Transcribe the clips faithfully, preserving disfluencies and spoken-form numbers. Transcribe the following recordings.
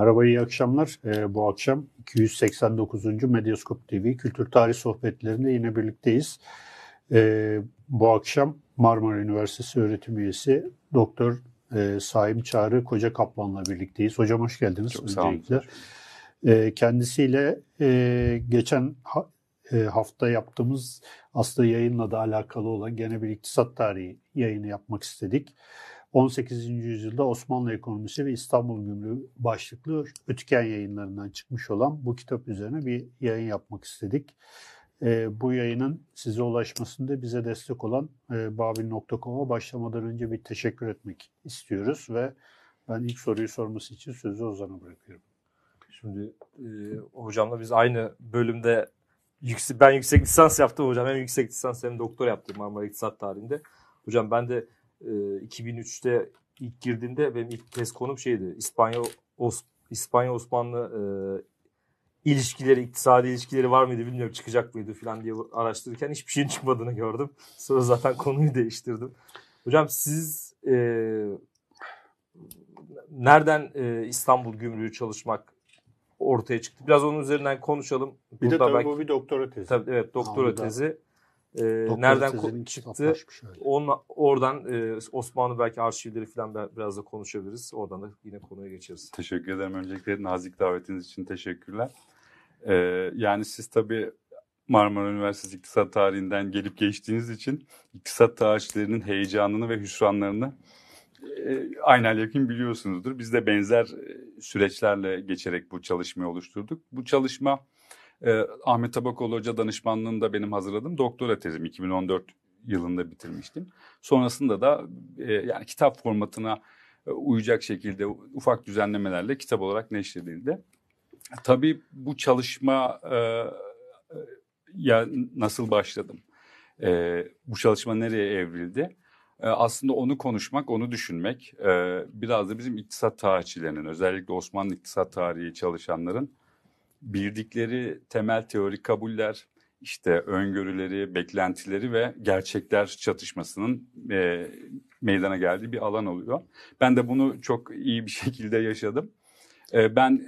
Merhaba, iyi akşamlar. Ee, bu akşam iki yüz seksen dokuzuncu Medyaskop T V Kültür Tarih Sohbetlerinde yine birlikteyiz. Ee, bu akşam Marmara Üniversitesi öğretim üyesi Doktor e, Saim Çağrı Kocakaplan'la birlikteyiz. Hocam hoş geldiniz. Çok sağ olun. Ee, kendisiyle e, geçen ha, e, hafta yaptığımız aslında yayınla da alakalı olan gene bir iktisat tarihi yayını yapmak istedik. on sekizinci yüzyılda Osmanlı Ekonomisi ve İstanbul Gümrüğü başlıklı Ötüken Yayınlarından çıkmış olan bu kitap üzerine bir yayın yapmak istedik. E, bu yayının size ulaşmasında bize destek olan e, babil nokta com'a başlamadan önce bir teşekkür etmek istiyoruz ve ben ilk soruyu sorması için sözü Ozan'a bırakıyorum. Şimdi e, hocamla biz aynı bölümde yüksek, ben yüksek lisans yaptım hocam. Hem yüksek lisans hem doktor yaptım Marmara İktisat Tarihi'nde. Hocam ben de e, iki bin üçte ilk girdiğimde benim ilk tez konum şeydi. İspanya Os, İspanya Osmanlı e, ilişkileri, iktisadi ilişkileri var mıydı bilmiyorum, çıkacak mıydı falan diye araştırırken hiçbir şeyin çıkmadığını gördüm. Sonra zaten konuyu değiştirdim. Hocam siz e, nereden e, İstanbul Gümrüğü çalışmak ortaya çıktı? Biraz onun üzerinden konuşalım. Bir Burada de tabii belki, bu bir doktora tezi. Tabii, evet, doktora Anladım. tezi. Ee, nereden ko- çıktı? Onla, oradan e, Osmanlı belki arşivleri falan biraz da konuşabiliriz. Oradan da yine konuya geçeriz. Teşekkür ederim. Öncelikle nazik davetiniz için teşekkürler. Ee, yani siz tabii Marmara Üniversitesi İktisat Tarihi'nden gelip geçtiğiniz için iktisat tarihçilerinin heyecanını ve hüsranlarını e, aynen yakın biliyorsunuzdur. Biz de benzer süreçlerle geçerek bu çalışmayı oluşturduk. Bu çalışma e, Ahmet Tabakoğlu Hoca danışmanlığında benim hazırladığım doktora tezim. iki bin on dört yılında bitirmiştim. Sonrasında da e, yani kitap formatına e, uyacak şekilde ufak düzenlemelerle kitap olarak neşredildi. Tabii bu çalışma e, ya nasıl başladım? E, bu çalışma nereye evrildi? Aslında onu konuşmak, onu düşünmek, biraz da bizim iktisat tarihçilerinin, özellikle Osmanlı iktisat tarihi çalışanların bildikleri temel teorik kabuller, işte öngörüleri, beklentileri ve gerçekler çatışmasının meydana geldiği bir alan oluyor. Ben de bunu çok iyi bir şekilde yaşadım. Ben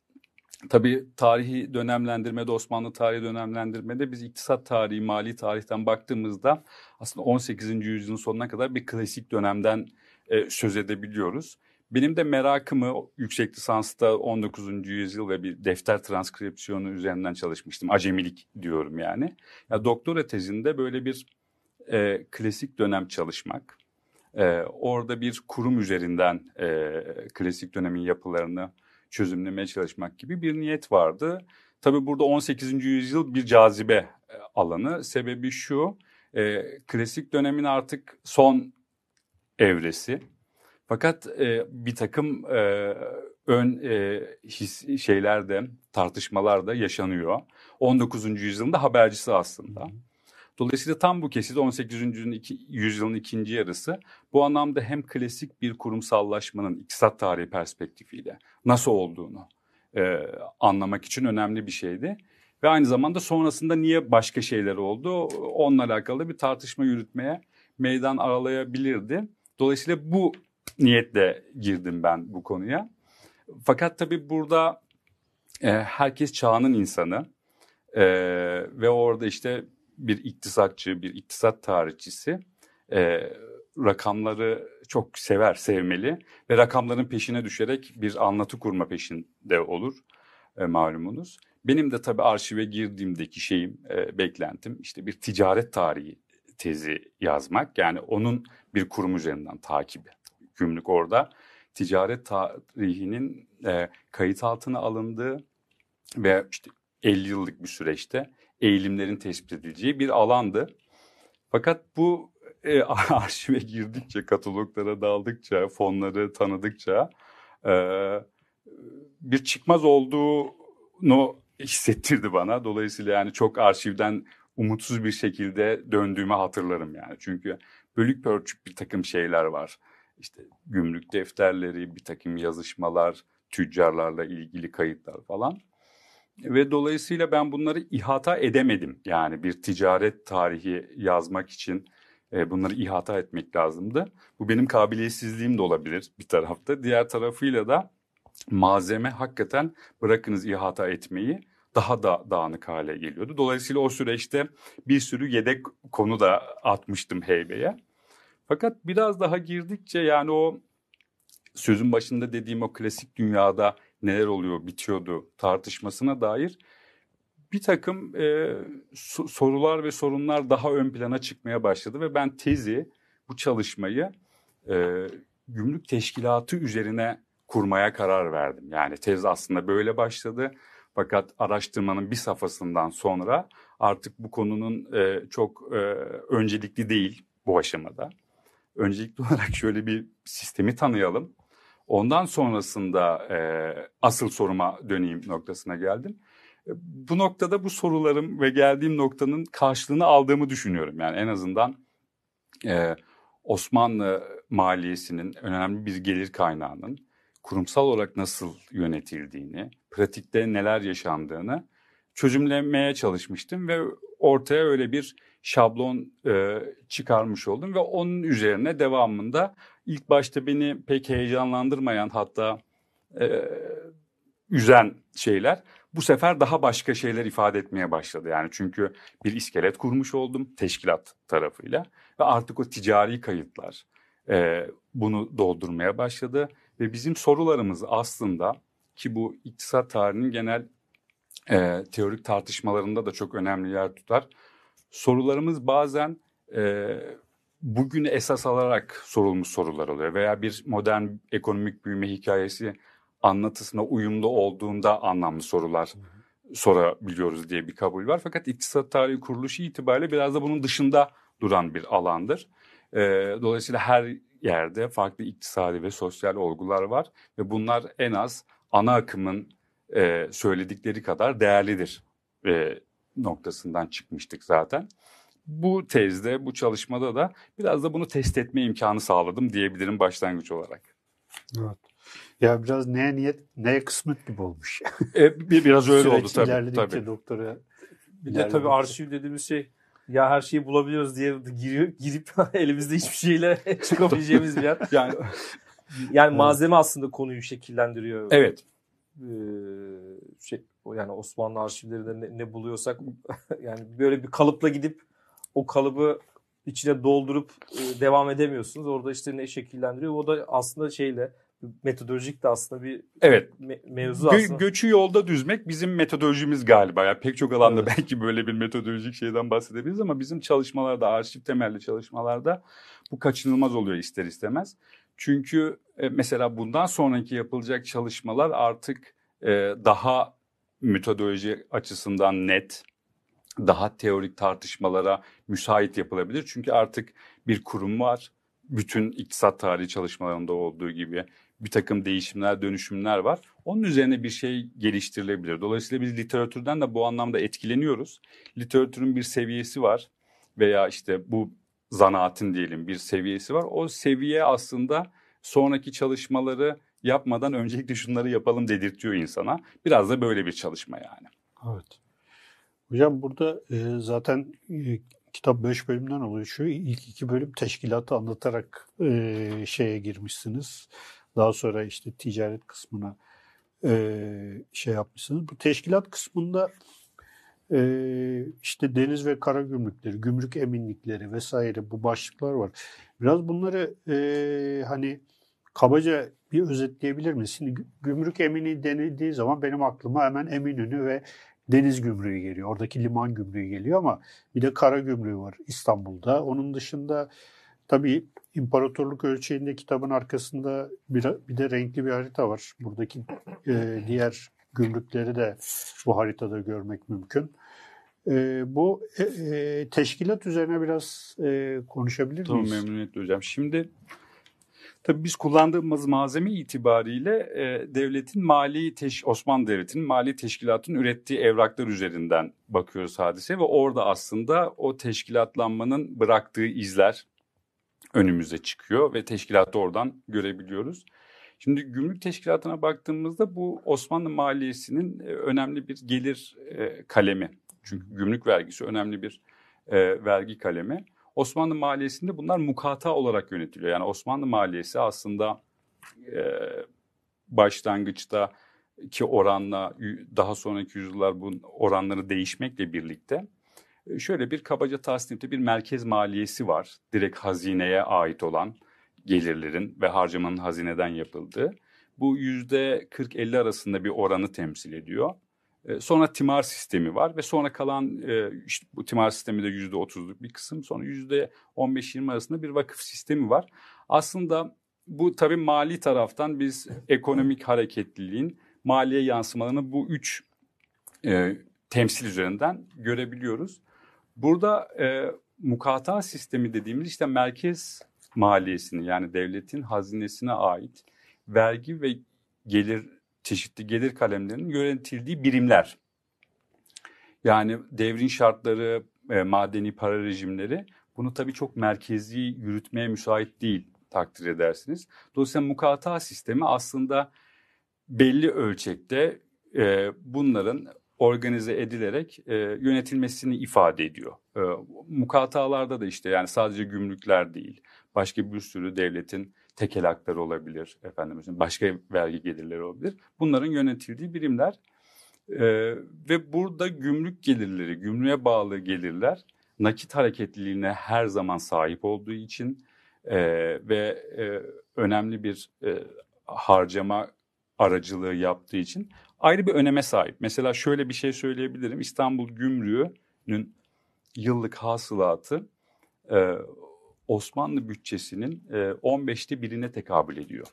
tabii tarihi dönemlendirmede, Osmanlı tarihi dönemlendirmede biz iktisat tarihi, mali tarihten baktığımızda aslında on sekizinci yüzyılın sonuna kadar bir klasik dönemden e, söz edebiliyoruz. Benim de merakımı yüksek lisansta on dokuzuncu yüzyıl ve bir defter transkripsiyonu üzerinden çalışmıştım. Acemilik diyorum yani. Ya, doktora tezinde böyle bir e, klasik dönem çalışmak, e, orada bir kurum üzerinden e, klasik dönemin yapılarını çözümlemeye çalışmak gibi bir niyet vardı. Tabii burada on sekizinci yüzyıl bir cazibe alanı. Sebebi şu, e, klasik dönemin artık son evresi. Fakat e, bir takım e, ön e, his, şeyler de, tartışmalar da yaşanıyor. on dokuzuncu yüzyılın da habercisi aslında. Dolayısıyla tam bu kesit on sekizinci yüzyılın ikinci yarısı bu anlamda hem klasik bir kurumsallaşmanın iktisat tarihi perspektifiyle nasıl olduğunu e, anlamak için önemli bir şeydi. Ve aynı zamanda sonrasında niye başka şeyler oldu onunla alakalı bir tartışma yürütmeye meydan aralayabilirdi. Dolayısıyla bu niyetle girdim ben bu konuya. Fakat tabii burada e, herkes çağının insanı e, ve orada işte bir iktisatçı, bir iktisat tarihçisi e, rakamları çok sever, sevmeli ve rakamların peşine düşerek bir anlatı kurma peşinde olur e, malumunuz. Benim de tabii arşive girdiğimdeki şeyim, e, beklentim işte bir ticaret tarihi tezi yazmak. Yani onun bir kurum üzerinden takibi. Gümrük orada ticaret tarihinin e, kayıt altına alındığı ve işte elli yıllık bir süreçte eğilimlerin tespit edileceği bir alandı. Fakat bu e, arşive girdikçe, kataloglara daldıkça, fonları tanıdıkça e, bir çıkmaz olduğunu hissettirdi bana. Dolayısıyla yani çok arşivden umutsuz bir şekilde döndüğümü hatırlarım yani. Çünkü bölük pörçük bir takım şeyler var. İşte gümrük defterleri, bir takım yazışmalar, tüccarlarla ilgili kayıtlar falan. Ve dolayısıyla ben bunları ihata edemedim. Yani bir ticaret tarihi yazmak için e, bunları ihata etmek lazımdı. Bu benim kabiliyetsizliğim de olabilir bir tarafta. Diğer tarafıyla da malzeme hakikaten bırakınız ihata etmeyi daha da dağınık hale geliyordu. Dolayısıyla o süreçte bir sürü yedek konu da atmıştım heybeye. Fakat biraz daha girdikçe yani o sözün başında dediğim o klasik dünyada neler oluyor, bitiyordu tartışmasına dair bir takım e, sorular ve sorunlar daha ön plana çıkmaya başladı ve ben tezi, bu çalışmayı e, gümrük teşkilatı üzerine kurmaya karar verdim. Yani tez aslında böyle başladı. Fakat araştırmanın bir safhasından sonra artık bu konunun e, çok e, öncelikli değil bu aşamada. Öncelikli olarak şöyle bir sistemi tanıyalım. Ondan sonrasında e, asıl soruma döneyim noktasına geldim. E, bu noktada bu sorularım ve geldiğim noktanın karşılığını aldığımı düşünüyorum. Yani en azından e, Osmanlı maliyesinin önemli bir gelir kaynağının kurumsal olarak nasıl yönetildiğini, pratikte neler yaşandığını çözümlemeye çalışmıştım ve ortaya öyle bir şablon e, çıkarmış oldum ve onun üzerine devamında ilk başta beni pek heyecanlandırmayan hatta e, üzen şeyler bu sefer daha başka şeyler ifade etmeye başladı. Yani çünkü bir iskelet kurmuş oldum teşkilat tarafıyla ve artık o ticari kayıtlar e, bunu doldurmaya başladı. Ve bizim sorularımız aslında ki bu iktisat tarihinin genel e, teorik tartışmalarında da çok önemli yer tutar. Sorularımız bazen e, bugünü esas alarak sorulmuş sorular oluyor veya bir modern ekonomik büyüme hikayesi anlatısına uyumlu olduğunda anlamlı sorular sorabiliyoruz diye bir kabul var. Fakat iktisat tarihi kuruluşu itibariyle biraz da bunun dışında duran bir alandır. E, dolayısıyla her yerde farklı iktisadi ve sosyal olgular var ve bunlar en az ana akımın e, söyledikleri kadar değerlidir e, noktasından çıkmıştık zaten. Bu tezde, bu çalışmada da biraz da bunu test etme imkanı sağladım diyebilirim başlangıç olarak. Evet. Ya biraz neye niyet, neye kısmet gibi olmuş. E, bir, biraz öyle oldu tabii. ilerledikçe tabii. doktora. Bir de tabii arşiv dediğimiz şey ya her şeyi bulabiliyoruz diye giriyor, girip elimizde hiçbir şeyle çıkabileceğimiz bir yer. Yani yani malzeme aslında konuyu şekillendiriyor. Evet. Ee, şey yani Osmanlı arşivlerinde ne, ne buluyorsak yani böyle bir kalıpla gidip o kalıbı içine doldurup e, devam edemiyorsunuz. Orada işte ne şekillendiriyor? O da aslında şeyle metodolojik de aslında bir evet. me- mevzu Gö- aslında. Göçü yolda düzmek bizim metodolojimiz galiba. Yani pek çok alanda Evet. belki böyle bir metodolojik şeyden bahsedebiliriz ama bizim çalışmalarda, arşiv temelli çalışmalarda bu kaçınılmaz oluyor ister istemez. Çünkü e, mesela bundan sonraki yapılacak çalışmalar artık e, daha metodoloji açısından net, daha teorik tartışmalara müsait yapılabilir. Çünkü artık bir kurum var. Bütün iktisat tarihi çalışmalarında olduğu gibi bir takım değişimler, dönüşümler var. Onun üzerine bir şey geliştirilebilir. Dolayısıyla biz literatürden de bu anlamda etkileniyoruz. Literatürün bir seviyesi var veya işte bu zanaatin diyelim bir seviyesi var. O seviye aslında sonraki çalışmaları yapmadan öncelikle şunları yapalım dedirtiyor insana. Biraz da böyle bir çalışma yani. Evet. Hocam burada e, zaten e, kitap beş bölümden oluşuyor. İlk iki bölüm teşkilatı anlatarak e, şeye girmişsiniz. Daha sonra işte ticaret kısmına e, şey yapmışsınız. Bu teşkilat kısmında e, işte deniz ve kara gümrükleri, gümrük eminlikleri vesaire bu başlıklar var. Biraz bunları e, hani kabaca bir özetleyebilir misin? Şimdi gümrük emini denildiği zaman benim aklıma hemen Eminönü ve deniz gümrüğü geliyor. Oradaki liman gümrüğü geliyor ama bir de kara gümrüğü var İstanbul'da. Onun dışında tabii imparatorluk ölçeğinde kitabın arkasında bir, bir de renkli bir harita var. Buradaki e, diğer gümrükleri de bu haritada görmek mümkün. E, bu e, e, teşkilat üzerine biraz e, konuşabilir Tamam, miyiz? memnuniyetle hocam. Şimdi tabii biz kullandığımız malzeme itibariyle e, devletin mali teş Osmanlı Devleti'nin mali teşkilatının ürettiği evraklar üzerinden bakıyoruz hadise ve orada aslında o teşkilatlanmanın bıraktığı izler önümüze çıkıyor ve teşkilatı oradan görebiliyoruz. Şimdi gümrük teşkilatına baktığımızda bu Osmanlı maliyesinin e, önemli bir gelir e, kalemi. Çünkü gümrük vergisi önemli bir e, vergi kalemi. Osmanlı maliyesinde bunlar mukata olarak yönetiliyor. Yani Osmanlı maliyesi aslında e, başlangıçta ki oranla daha sonraki yüzyıllar bu oranları değişmekle birlikte şöyle bir kabaca tasnifte bir merkez maliyesi var. Direkt hazineye ait olan gelirlerin ve harcamanın hazineden yapıldığı. Bu yüzde kırk elli arasında bir oranı temsil ediyor. Sonra timar sistemi var ve sonra kalan işte bu timar sistemi de yüzde otuzluk bir kısım. Sonra yüzde on beş yirmi arasında bir vakıf sistemi var. Aslında bu tabii mali taraftan biz ekonomik hareketliliğin maliye yansımalarını bu üç e, temsil üzerinden görebiliyoruz. Burada e, mukata sistemi dediğimiz işte merkez maliyesini yani devletin hazinesine ait vergi ve gelir çeşitli gelir kalemlerinin yönetildiği birimler. Yani devrin şartları, e, madeni para rejimleri bunu tabii çok merkezi yürütmeye müsait değil takdir edersiniz. Dolayısıyla mukata sistemi aslında belli ölçekte e, bunların organize edilerek e, yönetilmesini ifade ediyor. E, mukatalarda da işte yani sadece gümrükler değil, başka bir sürü devletin tekel hakları olabilir, efendim, başka vergi gelirleri olabilir. Bunların yönetildiği birimler e, ve burada gümrük gelirleri, gümrüğe bağlı gelirler nakit hareketliliğine her zaman sahip olduğu için e, ve e, önemli bir e, harcama aracılığı yaptığı için ayrı bir öneme sahip. Mesela şöyle bir şey söyleyebilirim. İstanbul Gümrüğü'nün yıllık hasılatı e, Osmanlı bütçesinin e, on beşte birine tekabül ediyor.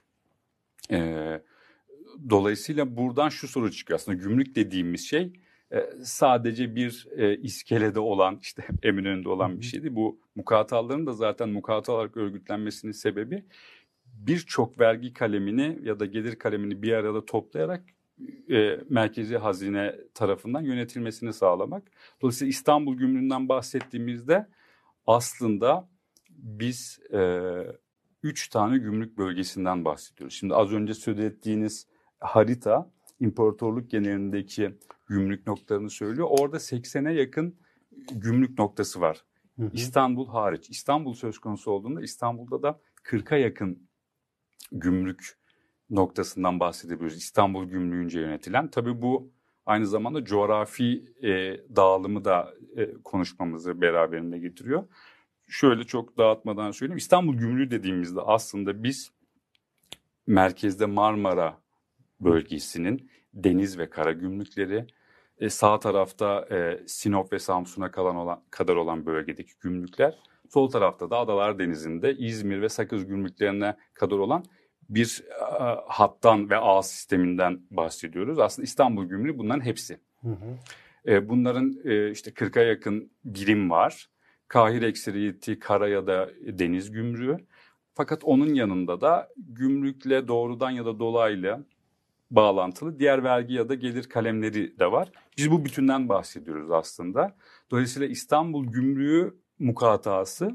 E, dolayısıyla buradan şu soru çıkıyor. Aslında gümrük dediğimiz şey e, sadece bir e, iskelede olan, işte Eminönü'nde olan bir şeydi. Bu mukataların da zaten mukata olarak örgütlenmesinin sebebi birçok vergi kalemini ya da gelir kalemini bir arada toplayarak e, merkezi hazine tarafından yönetilmesini sağlamak. Dolayısıyla İstanbul Gümrüğü'nden bahsettiğimizde aslında biz e, üç tane gümrük bölgesinden bahsediyoruz. Şimdi az önce söz ettiğiniz harita imparatorluk genelindeki gümrük noktalarını söylüyor. Orada seksene yakın gümrük noktası var. Hı hı. İstanbul hariç. İstanbul söz konusu olduğunda İstanbul'da da kırka yakın gümrük noktasından bahsedebiliyoruz. İstanbul Gümrüğü'nce yönetilen. Tabii bu aynı zamanda coğrafi e, dağılımı da e, konuşmamızı beraberinde getiriyor. Şöyle çok dağıtmadan söyleyeyim. İstanbul Gümrüğü dediğimizde aslında biz merkezde Marmara bölgesinin deniz ve kara gümrükleri, e, sağ tarafta e, Sinop ve Samsun'a kalan olan, kadar olan bölgedeki gümrükler, sol tarafta da Adalar Denizi'nde İzmir ve Sakız gümrüklerine kadar olan bir e, hattan ve ağ sisteminden bahsediyoruz. Aslında İstanbul Gümrüğü bunların hepsi. Hı hı. E, bunların e, işte kırka yakın birim var. Kahire ekseriyeti kara ya da deniz gümrüğü. Fakat onun yanında da gümrükle doğrudan ya da dolaylı bağlantılı diğer vergi ya da gelir kalemleri de var. Biz bu bütünden bahsediyoruz aslında. Dolayısıyla İstanbul Gümrüğü mukatası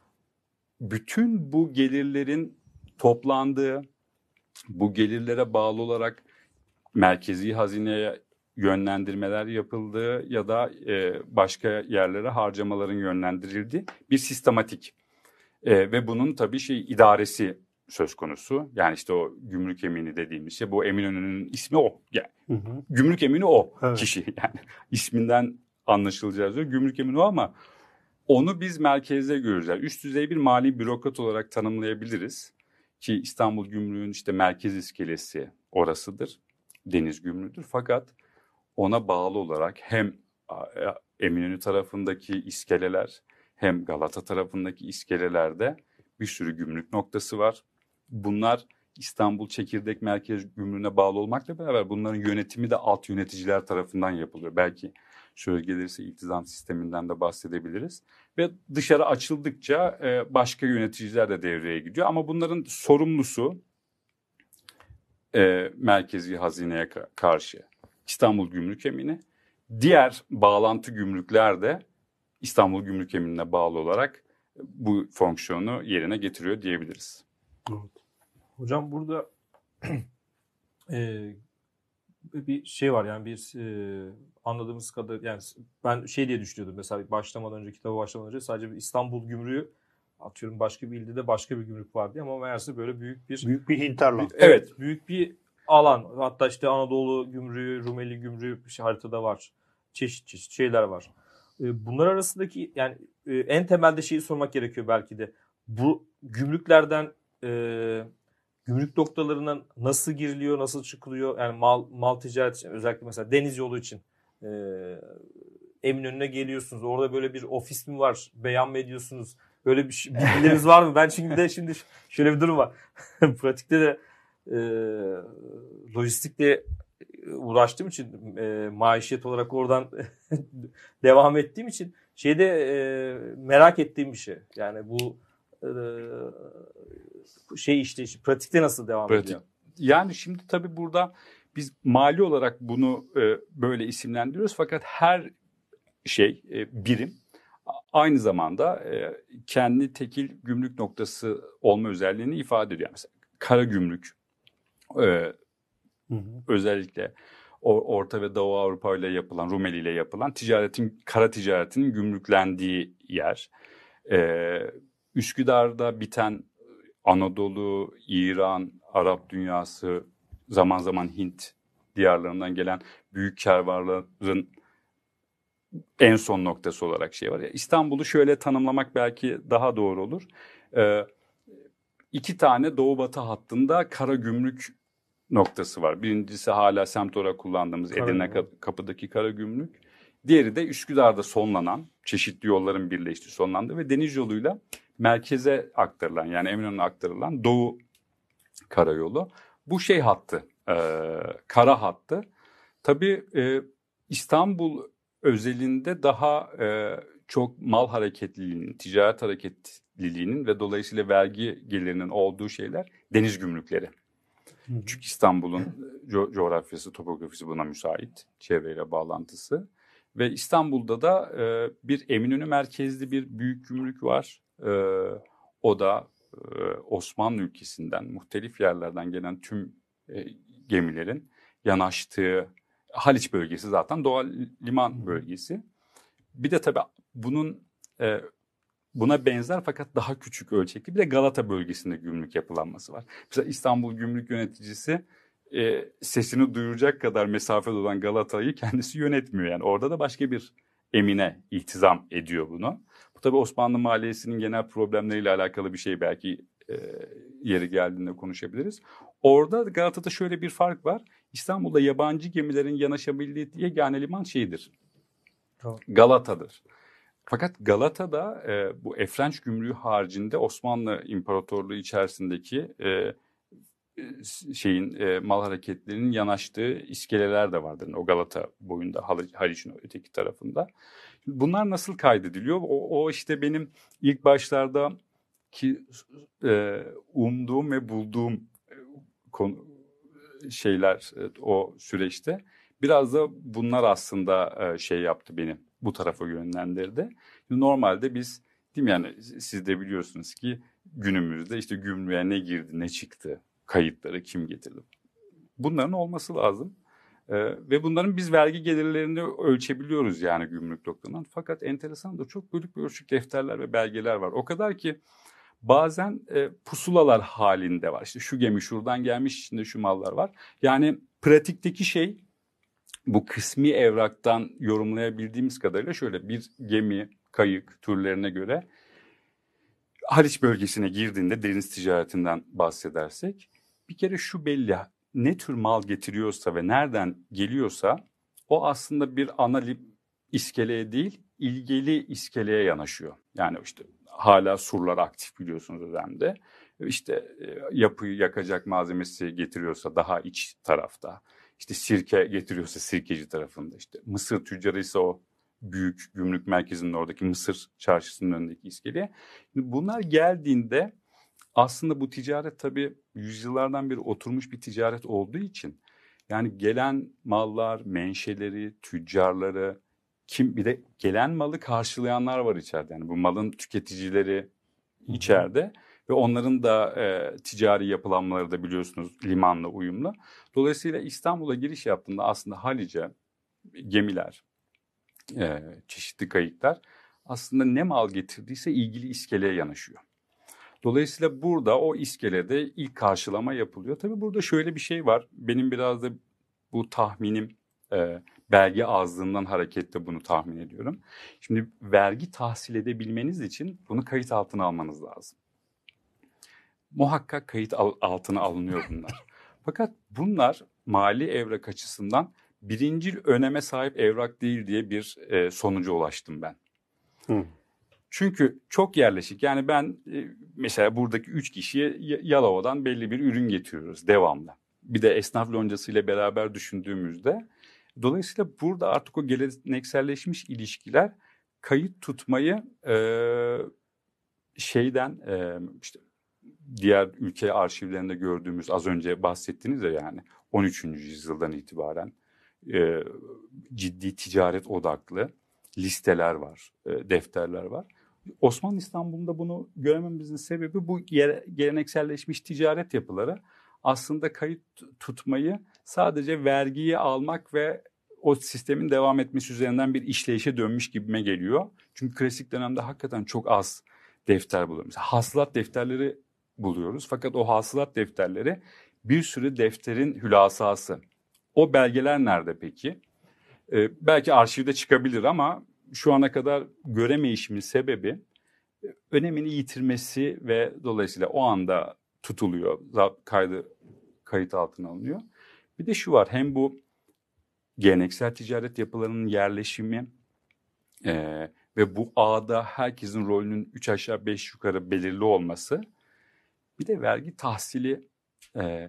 bütün bu gelirlerin toplandığı, bu gelirlere bağlı olarak merkezi hazineye yönlendirmeler yapıldığı ya da e, başka yerlere harcamaların yönlendirildiği bir sistematik e, ve bunun tabii şey idaresi söz konusu. Yani işte o gümrük emini dediğimiz şey, bu Eminönü'nün ismi o. Yani hı hı. Gümrük emini o, evet. Kişi. Yani isminden anlaşılacağı üzere gümrük emini o ama onu biz merkezde görürüz. Yani üst düzey bir mali bürokrat olarak tanımlayabiliriz. Ki İstanbul Gümrüğü'nün işte merkez iskelesi orasıdır. Deniz Gümrüğü'dür. Fakat ona bağlı olarak hem Eminönü tarafındaki iskeleler hem Galata tarafındaki iskelelerde bir sürü gümrük noktası var. Bunlar İstanbul Çekirdek Merkez Gümrüğü'ne bağlı olmakla beraber bunların yönetimi de alt yöneticiler tarafından yapılıyor. Belki şöyle gelirse iltizam sisteminden de bahsedebiliriz. Ve dışarı açıldıkça başka yöneticiler de devreye gidiyor. Ama bunların sorumlusu merkezi hazineye karşı İstanbul Gümrük Emini. Diğer bağlantı gümrükler de İstanbul Gümrük Emini'ne bağlı olarak bu fonksiyonu yerine getiriyor diyebiliriz. Evet. Hocam burada e, bir şey var yani bir e, anladığımız kadar yani ben şey diye düşünüyordum mesela başlamadan önce kitaba başlamadan önce sadece bir İstanbul Gümrüğü atıyorum başka bir ilde de başka bir gümrük var diye ama meğerse böyle büyük bir büyük bir hinterland. Evet, büyük bir alan. Hatta işte Anadolu gümrüğü, Rumeli gümrüğü şey, haritada var. Çeşit çeşit şeyler var. E, bunlar arasındaki yani e, en temelde şeyi sormak gerekiyor belki de. Bu gümrüklerden e, gümrük noktalarına nasıl giriliyor, nasıl çıkılıyor? Yani mal mal ticaret için, özellikle mesela deniz yolu için e, Eminönü'ne geliyorsunuz. Orada böyle bir ofis mi var? Beyan mı ediyorsunuz? Böyle bir şey, bilgileriniz var mı? Ben çünkü de şimdi şöyle bir durum var. Pratikte de e, lojistikle uğraştığım için e, maişet olarak oradan devam ettiğim için şeyde e, merak ettiğim bir şey. Yani bu e, şey işte, işte pratikte nasıl devam Pratik. ediyor? Yani şimdi tabii burada biz mali olarak bunu e, böyle isimlendiriyoruz fakat her şey e, birim aynı zamanda e, kendi tekil gümrük noktası olma özelliğini ifade ediyor. Mesela kara gümrük e, hı hı. özellikle Orta ve Doğu Avrupa ile yapılan, Rumeli ile yapılan ticaretin, kara ticaretinin gümrüklendiği yer. Ee, Üsküdar'da biten Anadolu, İran, Arap dünyası, zaman zaman Hint diyarlarından gelen büyük kervanların en son noktası olarak şey var. Ya, İstanbul'u şöyle tanımlamak belki daha doğru olur. Ee, iki tane doğu batı hattında kara gümrük noktası var. Birincisi hala semt olarak kullandığımız Edirne Kapı'daki kara gümrük. Diğeri de Üsküdar'da sonlanan, çeşitli yolların birleştiği sonlandı ve deniz yoluyla merkeze aktarılan, yani Eminönü'ne aktarılan Doğu Karayolu. Bu şey hattı, e, kara hattı. Tabii e, İstanbul özelinde daha e, çok mal hareketliliğinin, ticaret hareketliliğinin ve dolayısıyla vergi gelirinin olduğu şeyler deniz gümrükleri. Çünkü İstanbul'un co- coğrafyası, topografisi buna müsait, çevreyle bağlantısı. Ve İstanbul'da da e, bir Eminönü merkezli bir büyük gümrük var. E, o da e, Osmanlı ülkesinden, muhtelif yerlerden gelen tüm e, gemilerin yanaştığı Haliç bölgesi zaten doğal liman bölgesi. Bir de tabii bunun e, buna benzer fakat daha küçük ölçekli bir de Galata bölgesinde gümrük yapılanması var. Mesela İstanbul Gümrük Yöneticisi e, sesini duyuracak kadar mesafede olan Galata'yı kendisi yönetmiyor. Yani orada da başka bir emine iltizam ediyor bunu. Bu tabii Osmanlı maliyesinin genel problemleriyle alakalı bir şey, belki e, yeri geldiğinde konuşabiliriz. Orada Galata'da şöyle bir fark var. İstanbul'da yabancı gemilerin yanaşabildiği yegane liman şeyidir. Tamam. Galata'dır. Fakat Galata'da e, bu Efrenç gümrüğü haricinde Osmanlı İmparatorluğu içerisindeki e, şeyin e, mal hareketlerinin yanaştığı iskeleler de vardır. O Galata boyunda, Haliç'in öteki tarafında. Bunlar nasıl kaydediliyor? O, o işte benim ilk başlarda ki e, umduğum ve bulduğum e, konu, şeyler e, o süreçte. Biraz da bunlar aslında e, şey yaptı beni, bu tarafa yönlendirdi. Normalde biz, değil mi, yani siz de biliyorsunuz ki günümüzde işte gümrüğe ne girdi ne çıktı, kayıtları kim getirdi. Bunların olması lazım. Ee, ve bunların biz vergi gelirlerini ölçebiliyoruz yani gümrük noktadan. Fakat enteresan da çok bölük bölçük defterler ve belgeler var. O kadar ki bazen e, pusulalar halinde var. İşte şu gemi şuradan gelmiş, içinde şu mallar var. Yani pratikteki şey, bu kısmi evraktan yorumlayabildiğimiz kadarıyla şöyle: bir gemi, kayık türlerine göre Haliç bölgesine girdiğinde, deniz ticaretinden bahsedersek, bir kere şu belli: ne tür mal getiriyorsa ve nereden geliyorsa o aslında bir ana iskeleye değil, ilgili iskeleye yanaşıyor. Yani işte hala surlar aktif, biliyorsunuz özellikle. İşte yapıyı yakacak malzemesi getiriyorsa daha iç tarafta. İşte sirke getiriyorsa sirkeci tarafında. İşte Mısır tüccarıysa o büyük gümrük merkezinin oradaki Mısır çarşısının önündeki iskeleye. Bunlar geldiğinde aslında bu ticaret tabii yüzyıllardan beri oturmuş bir ticaret olduğu için, yani gelen mallar, menşeleri, tüccarları, kim, bir de gelen malı karşılayanlar var içeride. Yani bu malın tüketicileri içeride. Hı hı. Ve onların da e, ticari yapılanmaları da biliyorsunuz limanla uyumlu. Dolayısıyla İstanbul'a giriş yaptığında aslında Haliç'e gemiler, e, çeşitli kayıklar aslında ne mal getirdiyse ilgili iskeleye yanaşıyor. Dolayısıyla burada o iskelede ilk karşılama yapılıyor. Tabii burada şöyle bir şey var. Benim biraz da bu tahminim e, belge azlığından hareketle bunu tahmin ediyorum. Şimdi vergi tahsil edebilmeniz için bunu kayıt altına almanız lazım. Muhakkak kayıt altına alınıyor bunlar. Fakat bunlar mali evrak açısından birincil öneme sahip evrak değil diye bir e, sonuca ulaştım ben. Hı. Çünkü çok yerleşik. Yani ben e, mesela buradaki üç kişiye Yalova'dan belli bir ürün getiriyoruz devamlı. Bir de esnaf loncasıyla beraber düşündüğümüzde dolayısıyla burada artık o gelenekselleşmiş ilişkiler kayıt tutmayı e, şeyden e, işte diğer ülke arşivlerinde gördüğümüz az önce bahsettiğiniz de yani on üçüncü yüzyıldan itibaren e, ciddi ticaret odaklı listeler var, e, defterler var. Osmanlı İstanbul'da bunu görememizin sebebi bu gelenekselleşmiş ticaret yapıları aslında kayıt tutmayı sadece vergiyi almak ve o sistemin devam etmesi üzerinden bir işleyişe dönmüş gibime geliyor. Çünkü klasik dönemde hakikaten çok az defter buluyoruz. Mesela hasılat defterleri buluyoruz. Fakat o hasılat defterleri bir sürü defterin hülasası. O belgeler nerede peki? Ee, belki arşivde çıkabilir ama şu ana kadar göremeyişimin sebebi önemini yitirmesi ve dolayısıyla o anda tutuluyor, kaydı kayıt altına alınıyor. Bir de şu var, hem bu geleneksel ticaret yapılarının yerleşimi e, ve bu ağda herkesin rolünün üç aşağı beş yukarı belirli olması, bir de vergi tahsili e,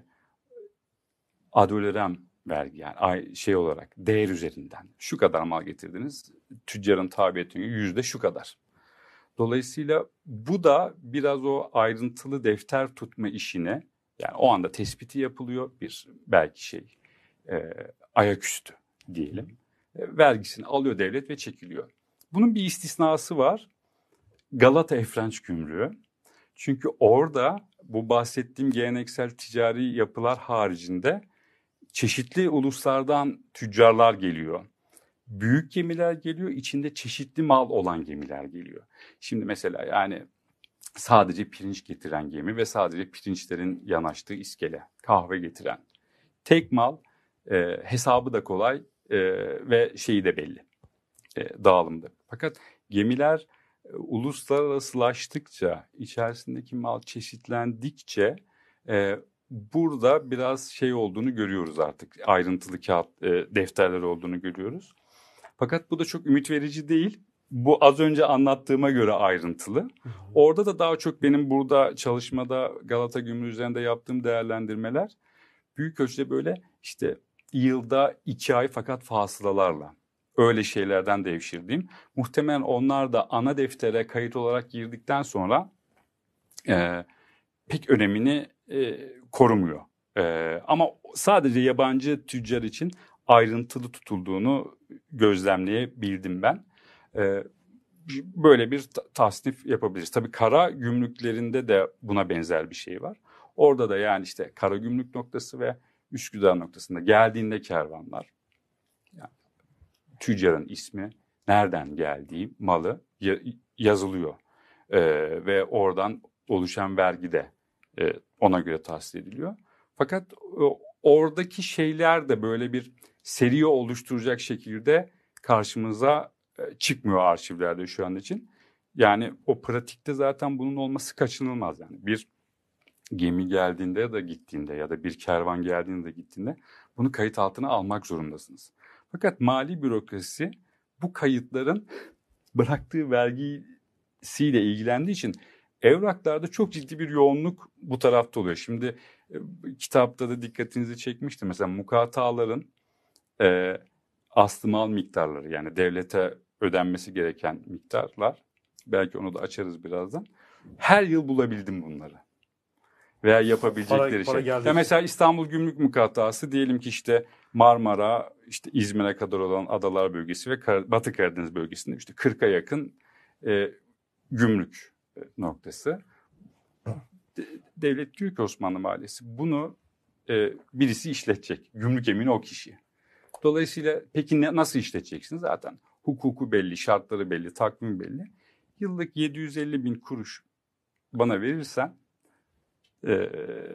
adolorem vergi yani şey olarak değer üzerinden şu kadar mal getirdiniz, tüccarın tabi ettiği yüzde şu kadar. Dolayısıyla bu da biraz o ayrıntılı defter tutma işine, yani o anda tespiti yapılıyor bir belki şey e, ayaküstü diyelim. E, vergisini alıyor devlet ve çekiliyor. Bunun bir istisnası var. Galata Efrenç Gümrüğü. Çünkü orada bu bahsettiğim geleneksel ticari yapılar haricinde çeşitli uluslardan tüccarlar geliyor. Büyük gemiler geliyor, içinde çeşitli mal olan gemiler geliyor. Şimdi mesela yani sadece pirinç getiren gemi ve sadece pirinçlerin yanaştığı iskele, kahve getiren. Tek mal, e, hesabı da kolay e, ve şeyi de belli, e, dağılımda. Fakat gemiler e, uluslararasılaştıkça, içerisindeki mal çeşitlendikçe e, burada biraz şey olduğunu görüyoruz artık. Ayrıntılı kağıt, e, defterler olduğunu görüyoruz. Fakat bu da çok ümit verici değil. Bu az önce anlattığıma göre ayrıntılı. Hı hı. Orada da daha çok benim burada çalışmada Galata Gümrüğü üzerinde yaptığım değerlendirmeler büyük ölçüde böyle işte yılda iki ay fakat fasılalarla öyle şeylerden devşirdiğim. Muhtemelen onlar da ana deftere kayıt olarak girdikten sonra e, pek önemini e, korumuyor. E, ama sadece yabancı tüccar için ayrıntılı tutulduğunu gözlemleyebildim ben. Ee, böyle bir tasnif yapabiliriz. Tabii kara gümrüklerinde de buna benzer bir şey var. Orada da yani işte kara gümrük noktası ve Üsküdar noktasında geldiğinde kervanlar, yani tüccarın ismi, nereden geldiği, malı yazılıyor. Ee, ve oradan oluşan vergi de e, ona göre tahsil ediliyor. Fakat o, oradaki şeyler de böyle bir seri oluşturacak şekilde karşımıza çıkmıyor arşivlerde şu an için. Yani o pratikte zaten bunun olması kaçınılmaz. Yani bir gemi geldiğinde ya da gittiğinde ya da bir kervan geldiğinde gittiğinde bunu kayıt altına almak zorundasınız. Fakat mali bürokrasi bu kayıtların bıraktığı vergisiyle ilgilendiği için evraklarda çok ciddi bir yoğunluk bu tarafta oluyor. Şimdi kitapta da dikkatinizi çekmişti. Mesela mukataların e, aslı mal miktarları, yani devlete ödenmesi gereken miktarlar, belki onu da açarız birazdan. Her yıl bulabildim bunları. Veya yapabilecekleri para, para şey. Ya mesela İstanbul Gümrük Mukatası diyelim ki işte Marmara, işte İzmir'e kadar olan adalar bölgesi ve Kar- Batı Karadeniz bölgesinde işte kırka yakın e, gümrük noktası. De, devlet diyor ki Osmanlı Maliyesi bunu e, birisi işletecek. Gümrük emini o kişi. Dolayısıyla peki ne, nasıl işleteceksiniz? Zaten hukuku belli, şartları belli, takvimi belli. Yıllık yedi yüz elli bin kuruş bana verirsen e,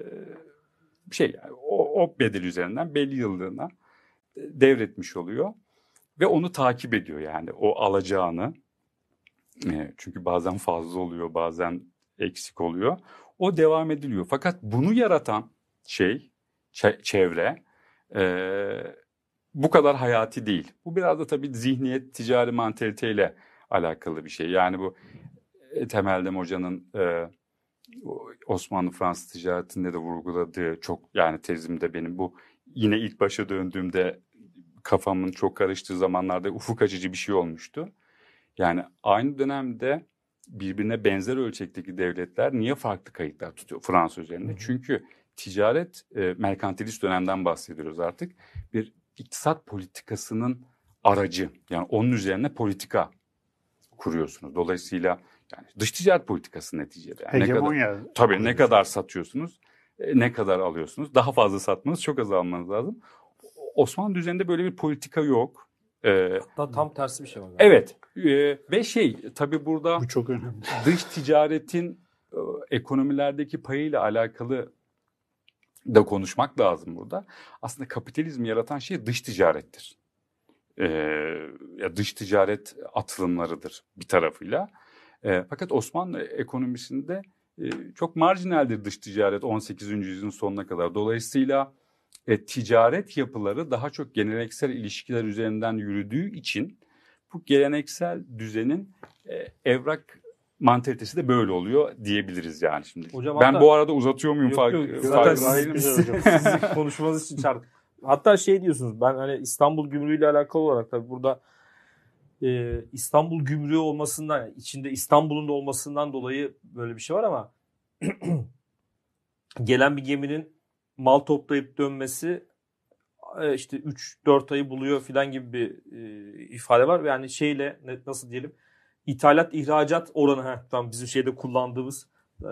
şey yani, o, o bedel üzerinden belli yıllığına devretmiş oluyor ve onu takip ediyor yani o alacağını. E, çünkü bazen fazla oluyor, bazen eksik oluyor. O devam ediliyor. Fakat bunu yaratan şey, çevre e, bu kadar hayati değil. Bu biraz da tabii zihniyet, ticari mantaliteyle alakalı bir şey. Yani bu e, Temel Hoca'nın e, Osmanlı-Fransız ticaretinde de vurguladığı çok, yani tezimde benim bu yine ilk başa döndüğümde kafamın çok karıştığı zamanlarda ufuk açıcı bir şey olmuştu. Yani aynı dönemde birbirine benzer ölçekteki devletler niye farklı kayıtlar tutuyor Fransa üzerinde? Hı hı. Çünkü ticaret, e, merkantilist dönemden bahsediyoruz artık. Bir iktisat politikasının aracı. Yani onun üzerine politika kuruyorsunuz. Dolayısıyla yani dış ticaret politikası neticede. Yani Hegemonya. Ne kadar, tabii ne kadar satıyorsunuz, e, ne kadar alıyorsunuz. Daha fazla satmanız, çok az almanız lazım. Osmanlı düzeninde böyle bir politika yok. Ee, Hatta tam tersi bir şey var. Evet. Ee, ve şey tabii burada bu çok önemli. Dış ticaretin e, ekonomilerdeki payıyla alakalı da konuşmak lazım burada. Aslında kapitalizmi yaratan şey dış ticarettir. Ee, ya dış ticaret atılımlarıdır bir tarafıyla. Ee, fakat Osmanlı ekonomisinde e, çok marjinaldir dış ticaret on sekizinci yüzyılın sonuna kadar. Dolayısıyla E, ticaret yapıları daha çok geleneksel ilişkiler üzerinden yürüdüğü için bu geleneksel düzenin e, evrak mantalitesi de böyle oluyor diyebiliriz yani şimdi. Hocam ben hatta, bu arada uzatıyor muyum? Yok Fark, yok. Zaten Zaten siz, sizin konuşmanız için çağırdık. Hatta şey diyorsunuz, ben hani İstanbul Gümrüğü ile alakalı olarak tabii burada e, İstanbul Gümrüğü olmasından, içinde İstanbul'un da olmasından dolayı böyle bir şey var ama gelen bir geminin mal toplayıp dönmesi işte üç dört ayı buluyor filan gibi bir e, ifade var. Yani şeyle nasıl diyelim, ithalat ihracat oranı, heh, tam bizim şeyde kullandığımız e,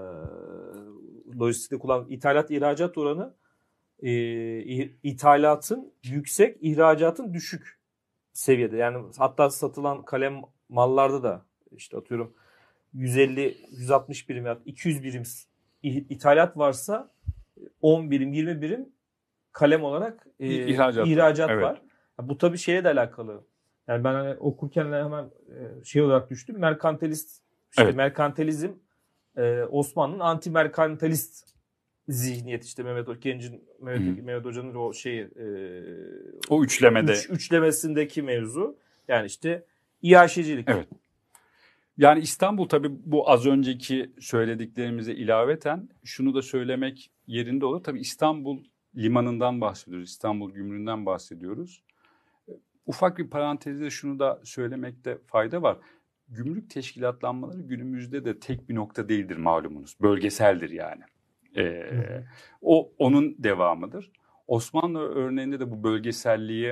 lojistikte kullandığımız ithalat ihracat oranı e, ithalatın yüksek, ihracatın düşük seviyede. Yani hatta satılan kalem mallarda da işte atıyorum yüz elli yüz altmış birim ya iki yüz birim ithalat varsa on birim yirmi birim kalem olarak e, ihracat, ihracat evet. var. Bu tabii şeye de alakalı. Yani ben hani okurken hemen e, şey olarak düştüm. Merkantilist, işte evet. merkantilizm e, Osmanlı'nın anti merkantilist zihniyet, işte Mehmet Genç'in Mehmet, Mehmet Hoca'nın o şeyi e, o üçlemede üç, üçlemesindeki mevzu. Yani işte İHŞ'cilik. Evet. Yani İstanbul tabii bu az önceki söylediklerimize ilaveten şunu da söylemek yerinde olur. Tabii İstanbul limanından bahsediyoruz, İstanbul Gümrüğü'nden bahsediyoruz. Ufak bir parantezde şunu da söylemekte fayda var. Gümrük teşkilatlanmaları günümüzde de tek bir nokta değildir malumunuz. Bölgeseldir yani. Ee, o onun devamıdır. Osmanlı örneğinde de bu bölgeselliği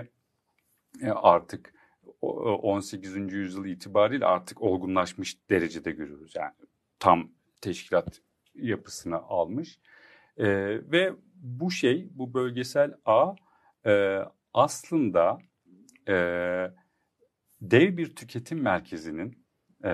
artık on sekizinci yüzyıl itibariyle artık olgunlaşmış derecede görüyoruz. Yani tam teşkilat yapısını almış. Ee, ve bu şey, bu bölgesel ağ e, aslında e, dev bir tüketim merkezinin e,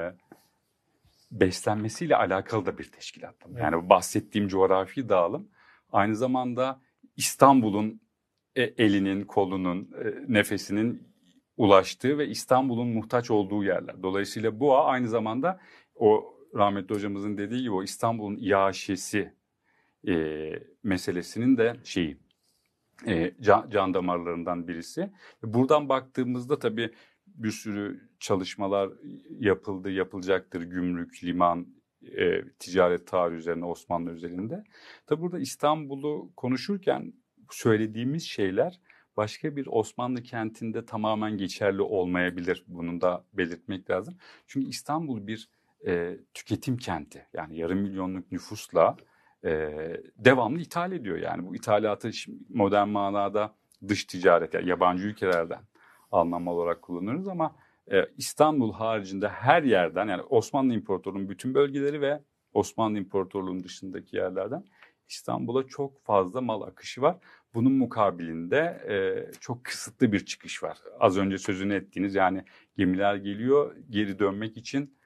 beslenmesiyle alakalı da bir teşkilatlama. Yani bu bahsettiğim coğrafi dağılım aynı zamanda İstanbul'un e, elinin, kolunun, e, nefesinin ulaştığı ve İstanbul'un muhtaç olduğu yerler. Dolayısıyla bu ağ aynı zamanda o rahmetli hocamızın dediği gibi o İstanbul'un iaşesi e, meselesinin de şeyi e, can, can damarlarından birisi. Buradan baktığımızda tabii bir sürü çalışmalar yapıldı, yapılacaktır. Gümrük, liman, e, ticaret tarihi üzerine, Osmanlı üzerinde. Tabii burada İstanbul'u konuşurken söylediğimiz şeyler başka bir Osmanlı kentinde tamamen geçerli olmayabilir. Bunu da belirtmek lazım. Çünkü İstanbul bir e, tüketim kenti. Yani yarım milyonluk nüfusla e, devamlı ithal ediyor. Yani bu ithalatı modern manada dış ticaret, yani yabancı ülkelerden anlam olarak kullanıyoruz ama e, İstanbul haricinde her yerden, yani Osmanlı İmparatorluğu'nun bütün bölgeleri ve Osmanlı İmparatorluğu'nun dışındaki yerlerden İstanbul'a çok fazla mal akışı var. Bunun mukabilinde e, çok kısıtlı bir çıkış var. Az önce sözünü ettiğiniz, yani gemiler geliyor, geri dönmek için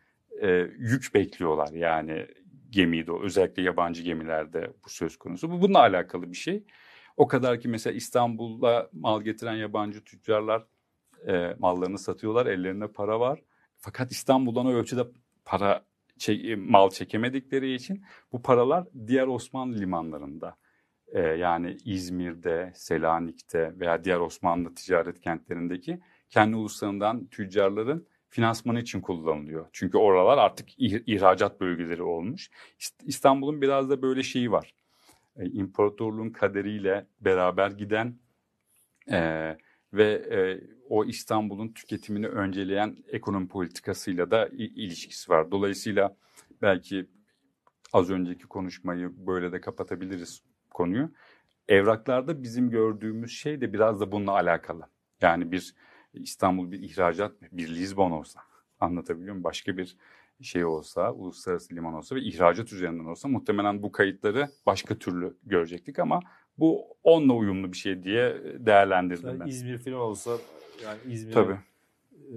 e, yük bekliyorlar. Yani gemiyi de özellikle yabancı gemilerde bu söz konusu. Bu bununla alakalı bir şey. O kadar ki mesela İstanbul'a mal getiren yabancı tüccarlar e, mallarını satıyorlar. Ellerinde para var. Fakat İstanbul'dan o ölçüde para çek, mal çekemedikleri için bu paralar diğer Osmanlı limanlarında e, yani İzmir'de, Selanik'te veya diğer Osmanlı ticaret kentlerindeki kendi uluslarından tüccarların finansmanı için kullanılıyor. Çünkü oralar artık ihracat bölgeleri olmuş. İstanbul'un biraz da böyle şeyi var. E, imparatorluğun kaderiyle beraber giden e, ve e, o İstanbul'un tüketimini önceleyen ekonomi politikasıyla da ilişkisi var. Dolayısıyla belki az önceki konuşmayı böyle de kapatabiliriz konuyu. Evraklarda bizim gördüğümüz şey de biraz da bununla alakalı. Yani bir İstanbul bir ihracat, bir Lizbon olsa, anlatabiliyor muyum? Başka bir şey olsa, uluslararası liman olsa ve ihracat üzerinden olsa muhtemelen bu kayıtları başka türlü görecektik ama bu onunla uyumlu bir şey diye değerlendirdim yani ben. İzmir falan olsa yani İzmir'e Tabii. E,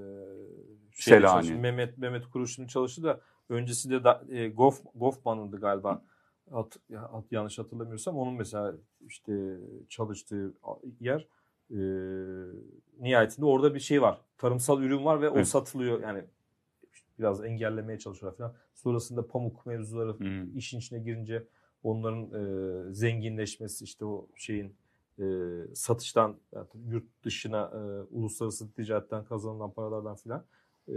Selanik. Mehmet Mehmet Kuruş'un çalıştı da öncesinde da, e, Goff, Goffman'ındı galiba. At, at, yanlış hatırlamıyorsam onun mesela işte çalıştığı yer e, nihayetinde orada bir şey var. Tarımsal ürün var ve evet. o satılıyor. Yani biraz engellemeye çalışıyorlar falan. Sonrasında pamuk mevzuları hmm. işin içine girince onların e, zenginleşmesi işte o şeyin e, satıştan yani yurt dışına e, uluslararası ticaretten kazanılan paralardan filan e,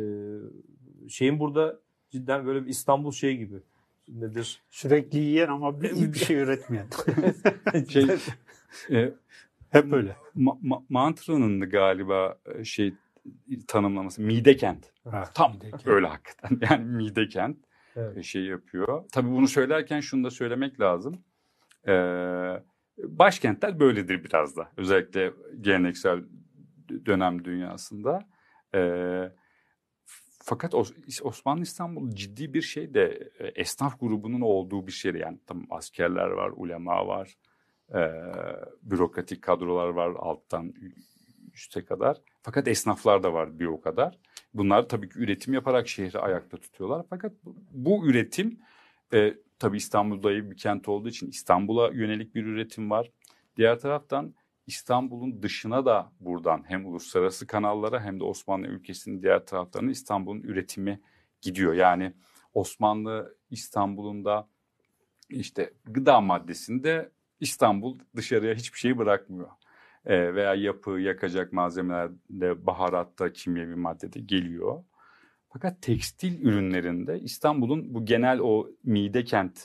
şeyin burada cidden böyle bir İstanbul şey gibi nedir? Sürekli yiyen ama bir, bir şey üretmeyen. şey, e, Hep öyle. Ma- ma- mantranın galiba şey tanımlaması mide kent. Ha, tam mide kent. Öyle hakikaten. Yani mide kent evet. şey yapıyor. Tabii bunu söylerken şunu da söylemek lazım. Ee, başkentler böyledir biraz da. Özellikle geleneksel dönem dünyasında. Ee, fakat Osmanlı İstanbul ciddi bir şey de esnaf grubunun olduğu bir şey. Yani tam askerler var, ulema var, e, bürokratik kadrolar var alttan üste kadar. Fakat esnaflar da var bir o kadar. Bunlar tabii ki üretim yaparak şehri ayakta tutuyorlar. Fakat bu, bu üretim e, tabii İstanbul'da bir kent olduğu için İstanbul'a yönelik bir üretim var. Diğer taraftan İstanbul'un dışına da buradan hem uluslararası kanallara hem de Osmanlı ülkesinin diğer taraflarına İstanbul'un üretimi gidiyor. Yani Osmanlı İstanbul'un da işte gıda maddesinde İstanbul dışarıya hiçbir şey bırakmıyor. E, veya yapı, yakacak malzemelerde, baharatta, kimyevi maddede geliyor. Fakat tekstil ürünlerinde İstanbul'un bu genel o mide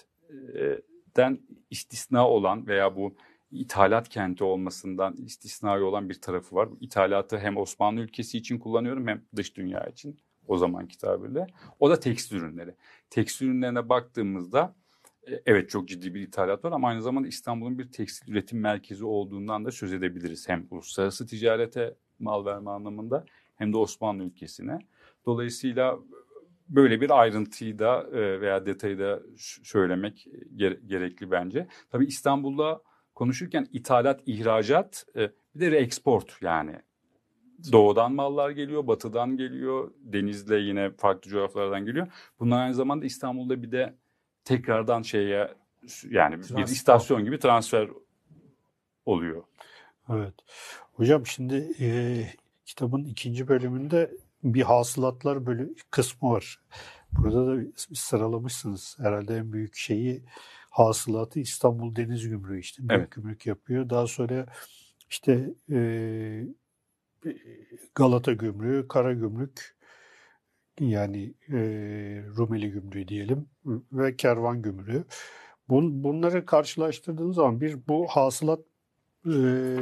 kentten istisna olan veya bu ithalat kenti olmasından istisnai olan bir tarafı var. İthalatı hem Osmanlı ülkesi için kullanıyorum hem dış dünya için o zamanki tabirle. O da tekstil ürünleri. Tekstil ürünlerine baktığımızda evet çok ciddi bir ithalat var ama aynı zamanda İstanbul'un bir tekstil üretim merkezi olduğundan da söz edebiliriz. Hem uluslararası ticarete mal verme anlamında hem de Osmanlı ülkesine. Dolayısıyla böyle bir ayrıntıyı da veya detayı da söylemek gerekli bence. Tabii İstanbul'da konuşurken ithalat, ihracat bir de reeksport yani. Doğudan mallar geliyor, batıdan geliyor, denizle yine farklı coğrafyalardan geliyor. Bunlar aynı zamanda İstanbul'da bir de tekrardan şeye yani transfer. Bir istasyon gibi transfer oluyor. Evet. Hocam şimdi e, kitabın ikinci bölümünde bir hasılatlar bölü kısmı var. Burada da sıralamışsınız. Herhalde en büyük şeyi hasılatı İstanbul Deniz Gümrüğü işte. Büyük evet. Gümrük yapıyor. Daha sonra işte e, Galata Gümrüğü, Kara Gümrük yani e, Rumeli Gümrüğü diyelim ve Kervan Gümrüğü. Bun, bunları karşılaştırdığınız zaman bir bu hasılat e,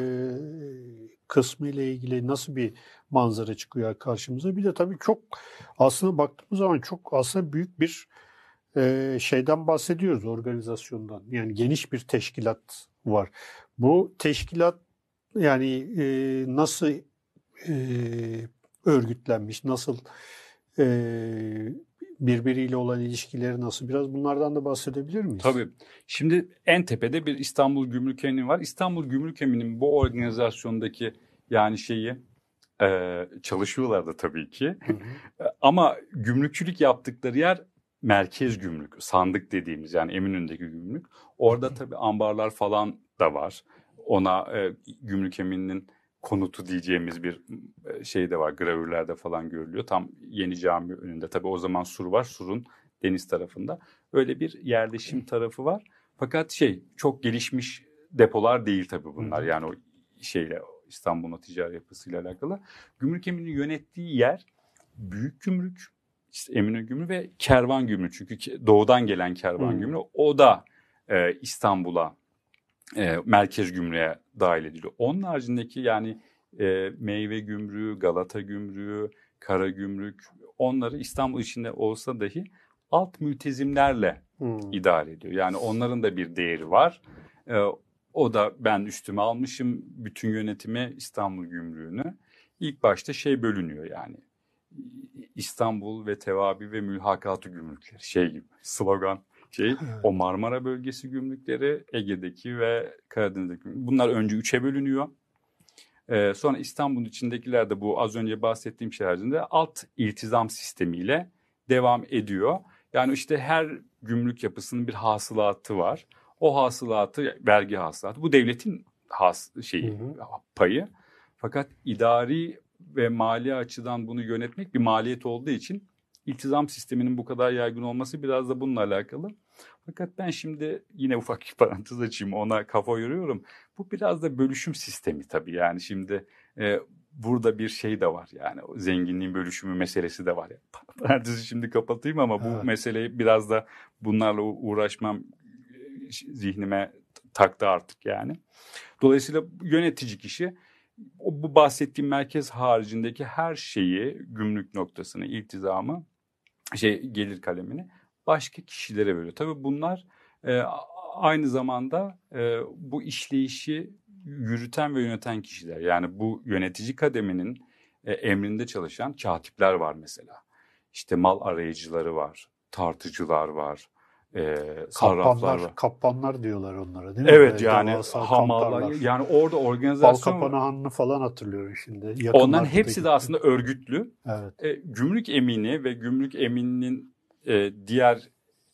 kısmı ile ilgili nasıl bir manzara çıkıyor karşımıza? Bir de tabii çok aslında baktığımız zaman çok aslında büyük bir e, şeyden bahsediyoruz, organizasyondan. Yani geniş bir teşkilat var. Bu teşkilat yani e, nasıl e, örgütlenmiş, nasıl e, birbiriyle olan ilişkileri nasıl? Biraz bunlardan da bahsedebilir miyiz? Tabii. Şimdi en tepede bir İstanbul Gümrük Emini var. İstanbul Gümrük Emini'nin bu organizasyondaki yani şeyi Ee, çalışıyorlar da tabii ki. Hı hı. Ama gümrükçülük yaptıkları yer merkez gümrük, sandık dediğimiz yani Eminönü'ndeki gümrük. Orada tabii ambarlar falan da var. Ona e, gümrük emininin konutu diyeceğimiz bir e, şey de var. Gravürlerde falan görülüyor. Tam Yeni Cami önünde. Tabii o zaman sur var. Surun deniz tarafında. Öyle bir yerleşim tarafı var. Fakat şey çok gelişmiş depolar değil tabii bunlar. Hı hı. Yani o şeyle İstanbul'un ticari yapısıyla alakalı. Gümrük Emin'in yönettiği yer büyük gümrük, işte Eminönü Gümrüğü ve kervan gümrüğü. Çünkü doğudan gelen kervan Hmm. gümrüğü. O da e, İstanbul'a e, merkez gümrüğe dahil ediliyor. Onun haricindeki yani e, meyve gümrüğü, Galata gümrüğü, kara gümrük, onları İstanbul içinde olsa dahi alt mültezimlerle Hmm. idare ediyor. Yani onların da bir değeri var. E, o da ben üstüme almışım bütün yönetimi İstanbul Gümrüğü'nü. İlk başta şey bölünüyor yani. İstanbul ve Tevabi ve Mülhakatı Gümrükleri şey gibi slogan şey o Marmara bölgesi gümrükleri, Ege'deki ve Karadeniz'deki bunlar önce üçe bölünüyor. Ee, sonra İstanbul'un içindekiler de bu az önce bahsettiğim şey haricinde alt iltizam sistemiyle devam ediyor. Yani işte her gümrük yapısının bir hasılatı var. O hasılatı vergi hasılatı. Bu devletin has şeyi Hı hı. payı. Fakat idari ve mali açıdan bunu yönetmek bir maliyet olduğu için iltizam sisteminin bu kadar yaygın olması biraz da bununla alakalı. Fakat ben şimdi yine ufak bir parantez açayım, ona kafa yoruyorum. Bu biraz da bölüşüm sistemi tabii. Yani şimdi e, burada bir şey de var. Yani o zenginliğin bölüşümü meselesi de var. Yani parantezi şimdi kapatayım ama bu Evet. meseleyi biraz da bunlarla uğraşmam e, zihnime taktı artık yani. Dolayısıyla yönetici kişi o, bu bahsettiğim merkez haricindeki her şeyi, gümrük noktasını, iltizamı, şey gelir kalemini başka kişilere veriyor. Tabii bunlar e, aynı zamanda e, bu işleyişi yürüten ve yöneten kişiler. Yani bu yönetici kademenin e, emrinde çalışan katipler var mesela. İşte mal arayıcıları var, tartıcılar var, e, sarraflar Kappanlar, var. kappanlar diyorlar onlara değil mi? Evet Böyle yani devasa hamallar kantarlar. yani orada Bal organizasyon Kapanı Hanı'nı falan hatırlıyorum şimdi. onların Yakınlarda da hepsi de gittim. aslında örgütlü. Evet. E, gümrük emini ve gümrük emininin e, diğer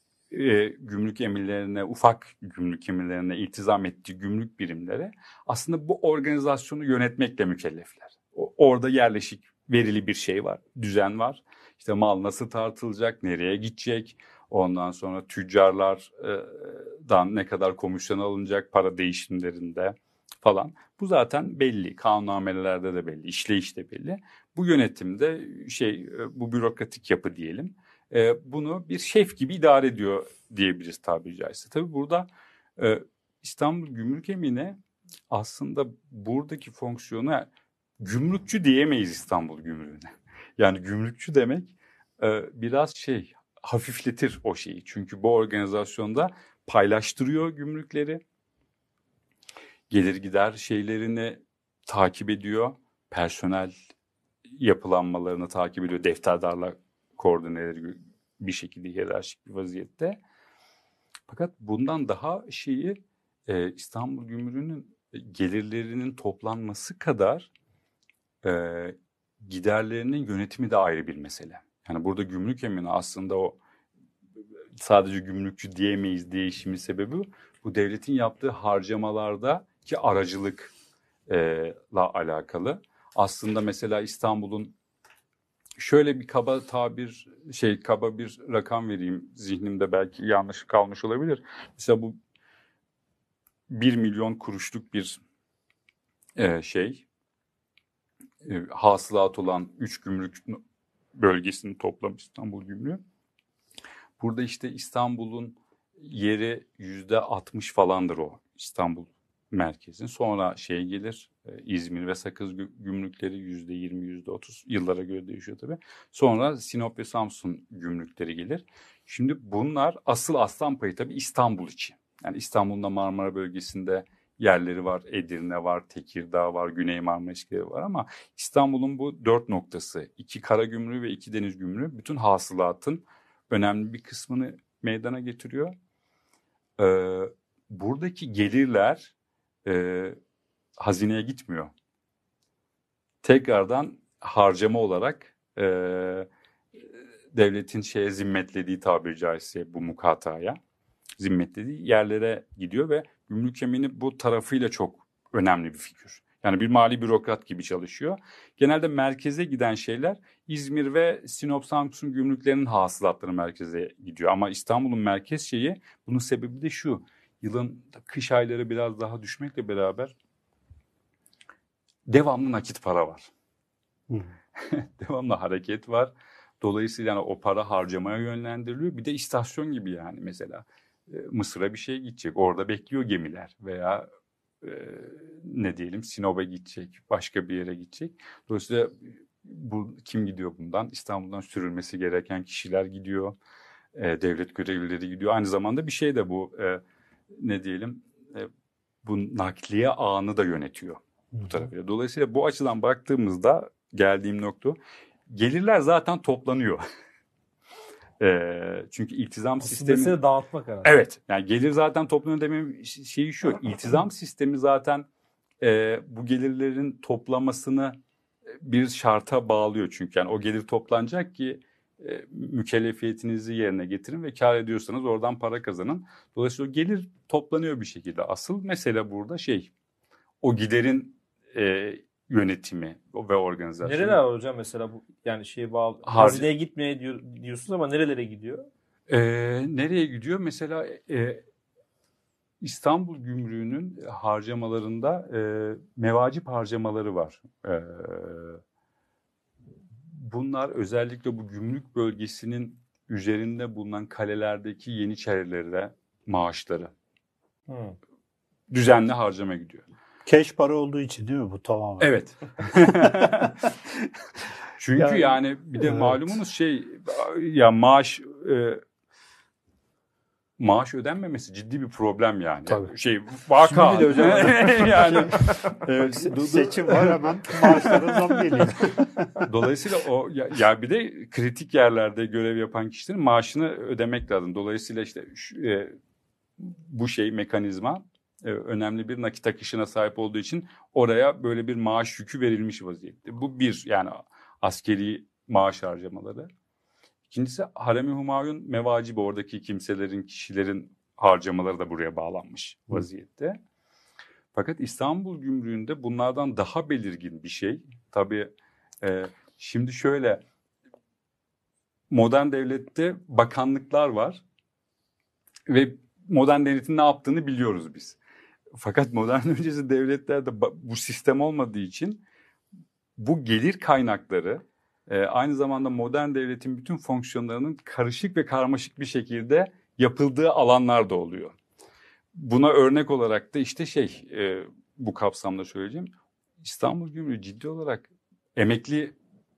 e, gümrük emirlerine, ufak gümrük emirlerine iltizam ettiği gümrük birimleri aslında bu organizasyonu yönetmekle mükellefler. O, orada yerleşik verili bir şey var, düzen var. İşte mal nasıl tartılacak, nereye gidecek, ondan sonra tüccarlardan ne kadar komisyon alınacak para değişimlerinde falan. Bu zaten belli, kanunnamelerde de belli, işleyiş de belli. Bu yönetimde şey, bu bürokratik yapı diyelim. E, bunu bir şef gibi idare ediyor diyebiliriz tabiri caizse. Tabii burada e, İstanbul Gümrük Emini aslında buradaki fonksiyonu gümrükçü diyemeyiz İstanbul Gümrüğü'ne. Yani gümrükçü demek e, biraz şey hafifletir o şeyi. Çünkü bu organizasyonda paylaştırıyor gümrükleri. Gelir gider şeylerini takip ediyor. Personel yapılanmalarını takip ediyor. Defterdarla koordineleri bir şekilde hiyerarşik bir vaziyette. Fakat bundan daha şeyi e, İstanbul Gümrüğü'nün gelirlerinin toplanması kadar e, giderlerinin yönetimi de ayrı bir mesele. Yani burada gümrük emini aslında o sadece gümrükçü diyemeyiz değişimin sebebi bu devletin yaptığı harcamalardaki aracılıkla alakalı. Aslında mesela İstanbul'un şöyle bir kaba tabir şey kaba bir rakam vereyim, zihnimde belki yanlış kalmış olabilir. Mesela bu bir milyon kuruşluk bir e, şey e, hasılat olan üç gümrük bölgesini toplamış İstanbul Gümrüğü. Burada işte İstanbul'un yeri yüzde altmış falandır o İstanbul merkezin. Sonra şey gelir e, İzmir ve Sakız gümrükleri yüzde yirmi, yüzde otuz yıllara göre değişiyor tabii. Sonra Sinop ve Samsun gümrükleri gelir. Şimdi bunlar asıl aslan payı tabii İstanbul için. Yani İstanbul'da Marmara bölgesinde yerleri var, Edirne var, Tekirdağ var, Güney Marmara ilişkileri var ama İstanbul'un bu dört noktası, iki kara gümrüğü ve iki deniz gümrüğü bütün hasılatın önemli bir kısmını meydana getiriyor. Ee, buradaki gelirler e, hazineye gitmiyor. tekrardan harcama olarak e, devletin şeye zimmetlediği, tabiri caizse bu mukataya zimmetlediği yerlere gidiyor ve gümrük yemini bu tarafıyla çok önemli bir figür. Yani bir mali bürokrat gibi çalışıyor. Genelde merkeze giden şeyler İzmir ve Sinop Samsun gümrüklerinin hasılatları merkeze gidiyor. Ama İstanbul'un merkez şeyi, bunun sebebi de şu: yılın kış ayları biraz daha düşmekle beraber devamlı nakit para var. Devamlı hareket var. Dolayısıyla yani o para harcamaya yönlendiriliyor. Bir de istasyon gibi yani mesela e, Mısır'a bir şey gidecek. Orada bekliyor gemiler veya e, ne diyelim Sinop'a gidecek, başka bir yere gidecek. Dolayısıyla bu kim gidiyor bundan? İstanbul'dan sürülmesi gereken kişiler gidiyor. E, devlet görevlileri gidiyor. Aynı zamanda bir şey de bu e, ne diyelim e, bu nakliye ağını da yönetiyor bu tarafıyla. Dolayısıyla bu açıdan baktığımızda geldiğim nokta, gelirler zaten toplanıyor. e, çünkü iltizam Aslında sistemi... mesele dağıtmak herhalde. Evet. Yani gelir zaten toplanıyor dememin şeyi şu: iltizam sistemi zaten e, bu gelirlerin toplamasını bir şarta bağlıyor. Çünkü yani o gelir toplanacak ki e, mükellefiyetinizi yerine getirin ve kar ediyorsanız oradan para kazanın. Dolayısıyla o gelir toplanıyor bir şekilde. Asıl mesele burada şey, o giderin e, yönetimi ve organizasyonu. Nereler var hocam mesela bu, yani şeye bağlı. Harc- Hazineye gitmeye diyor, diyorsunuz ama nerelere gidiyor? E, nereye gidiyor? Mesela e, İstanbul Gümrüğü'nün harcamalarında e, mevacip harcamaları var. E, bunlar özellikle bu gümrük bölgesinin üzerinde bulunan kalelerdeki yeniçerilere maaşları. Hmm. Düzenli harcama gidiyor. Keş para olduğu için değil mi bu tamamen? Evet. Çünkü yani, yani bir de evet. malumunuz şey ya maaş e, maaş ödenmemesi ciddi bir problem yani. Tabii. Şey vaka. Şimdi de hocam. yani evet, seçim var hemen maaşlara zam geliyor. Dolayısıyla o ya, ya bir de kritik yerlerde görev yapan kişilerin maaşını ödemek lazım. Dolayısıyla işte şu, e, bu şey mekanizma e, önemli bir nakit akışına sahip olduğu için oraya böyle bir maaş yükü verilmiş vaziyette. Bu bir, yani askeri maaş harcamaları. İkincisi Harem-i Humayun mevacibi, oradaki kimselerin, kişilerin harcamaları da buraya bağlanmış vaziyette. Hı. Fakat İstanbul Gümrüğü'nde bunlardan daha belirgin bir şey. Tabii e, şimdi şöyle, modern devlette bakanlıklar var ve modern devletin ne yaptığını biliyoruz biz. Fakat modern öncesi devletlerde bu sistem olmadığı için bu gelir kaynakları e, aynı zamanda modern devletin bütün fonksiyonlarının karışık ve karmaşık bir şekilde yapıldığı alanlar da oluyor. Buna örnek olarak da işte şey e, bu kapsamda söyleyeceğim. İstanbul Gümrüğü ciddi olarak emekli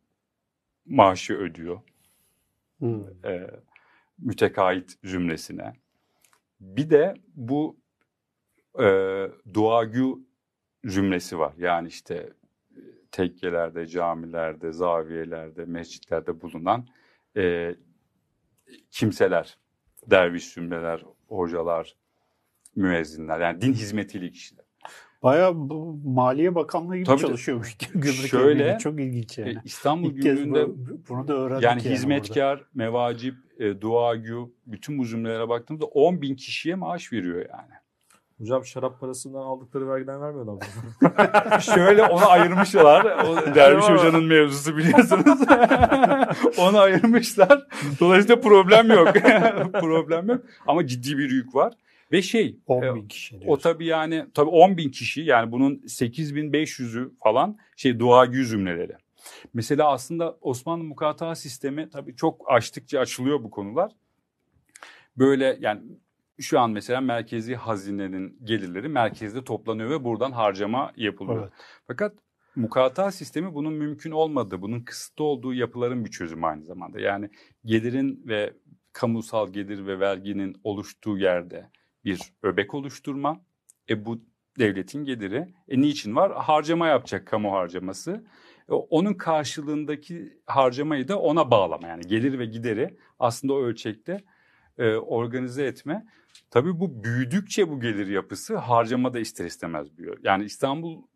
maaşı ödüyor. Hmm. E, mütekait zümresine. Bir de bu e, duagü zümresi var. Yani işte tekkelerde, camilerde, zaviyelerde, mescitlerde bulunan e, kimseler, derviş zümreler, hocalar, müezzinler, yani din hizmetiyle kişiler. Bayağı bu Maliye Bakanlığı gibi Tabii çalışıyormuş. Şöyle, çok ilginç yani. E, İstanbul Gümrüğü'nde bunu da öğrendik yani, yani hizmetkar, burada. mevacip, e, duagü, bütün bu zümrelere baktığımızda on bin kişiye maaş veriyor yani. Hocam şarap parasından aldıkları vergiden vermiyorlar mı? Şöyle onu ayırmışlar. O Derviş Hoca'nın mevzusu biliyorsunuz. Onu ayırmışlar. Dolayısıyla problem yok. Problem yok. Ama ciddi bir yük var. Ve şey, on bin kişi diyorsun. O tabii yani tabii on bin kişi, yani bunun sekiz bin beş yüzü falan şey duagü zümreleri. Mesela aslında Osmanlı mukata sistemi tabii çok açtıkça açılıyor bu konular. Böyle yani şu an mesela merkezi hazinenin gelirleri merkezde toplanıyor ve buradan harcama yapılıyor. Evet. Fakat mukata sistemi bunun mümkün olmadığı, bunun kısıtlı olduğu yapıların bir çözümü aynı zamanda. Yani gelirin ve kamusal gelir ve verginin oluştuğu yerde bir öbek oluşturma. E bu devletin geliri. E niçin var? Harcama yapacak, kamu harcaması. E onun karşılığındaki harcamayı da ona bağlama. Yani gelir ve gideri aslında o ölçekte e, organize etme. Tabii bu büyüdükçe bu gelir yapısı harcama da ister istemez büyüyor. Yani İstanbul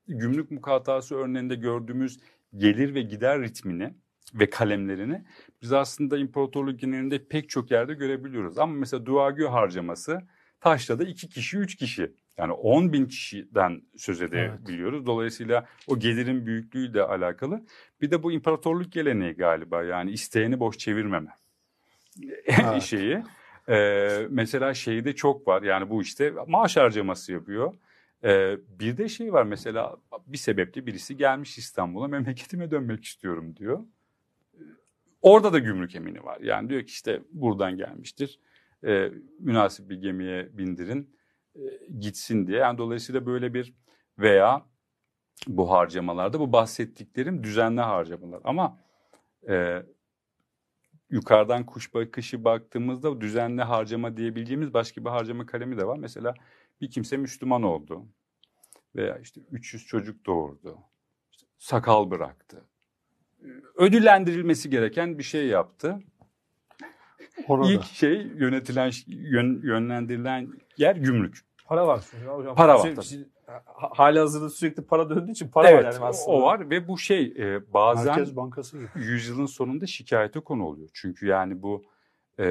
gümrük mukatası örneğinde gördüğümüz gelir ve gider ritmini ve kalemlerini biz aslında imparatorluk genelinde pek çok yerde görebiliyoruz. Ama mesela duagö harcaması Taşra'da iki kişi, üç kişi. Yani on bin kişiden söz edebiliyoruz. Evet. Dolayısıyla o gelirin büyüklüğüyle alakalı. Bir de bu imparatorluk geleneği galiba, yani isteğini boş çevirmeme evet. şeyi. Ee, mesela şeyde çok var, yani bu işte maaş harcaması yapıyor. Ee, bir de şey var, mesela bir sebeple birisi gelmiş İstanbul'a, memleketime dönmek istiyorum diyor. Orada da gümrük emini var. Yani diyor ki işte buradan gelmiştir. E, münasip bir gemiye bindirin e, gitsin diye. Yani dolayısıyla böyle bir veya bu harcamalarda bu bahsettiklerim düzenli harcamalar. Ama e, yukarıdan kuş bakışı baktığımızda düzenli harcama diyebileceğimiz başka bir harcama kalemi de var. Mesela bir kimse Müslüman oldu veya işte üç yüz çocuk doğurdu, işte sakal bıraktı. Ödüllendirilmesi gereken bir şey yaptı. Orada. İlk şey yönetilen, yön, yönlendirilen yer gümrük. Para var çünkü hocam. Para var. Sürekli, hali hazırda sürekli para döndüğü için para evet, var yani aslında. O var ve bu şey e, bazen Merkez Bankası gibi. yüzyılın sonunda şikayete konu oluyor. Çünkü yani bu e,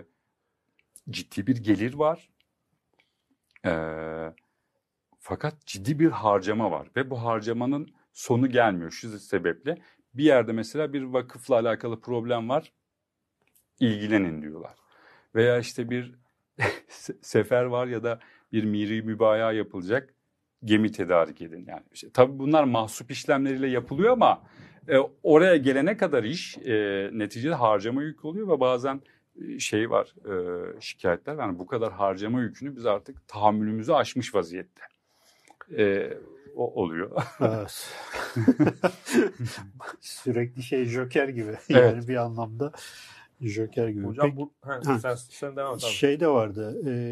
ciddi bir gelir var. E, fakat ciddi bir harcama var ve bu harcamanın sonu gelmiyor şu sebeple. Bir yerde mesela bir vakıfla alakalı problem var, ilgilenin diyorlar. Veya işte bir sefer var ya da bir miri mübaya yapılacak, gemi tedarik edin. Yani işte, tabii bunlar mahsup işlemleriyle yapılıyor ama e, oraya gelene kadar iş e, neticede harcama yükü oluyor ve bazen e, şey var, e, şikayetler, yani bu kadar harcama yükünü biz artık tahammülümüzü aşmış vaziyette e, o oluyor. Evet. Sürekli şey Joker gibi yani evet. Bir anlamda Joker gibi. Hocam Peki, bu he, sen, sen devam et abi. Şey de vardı. E,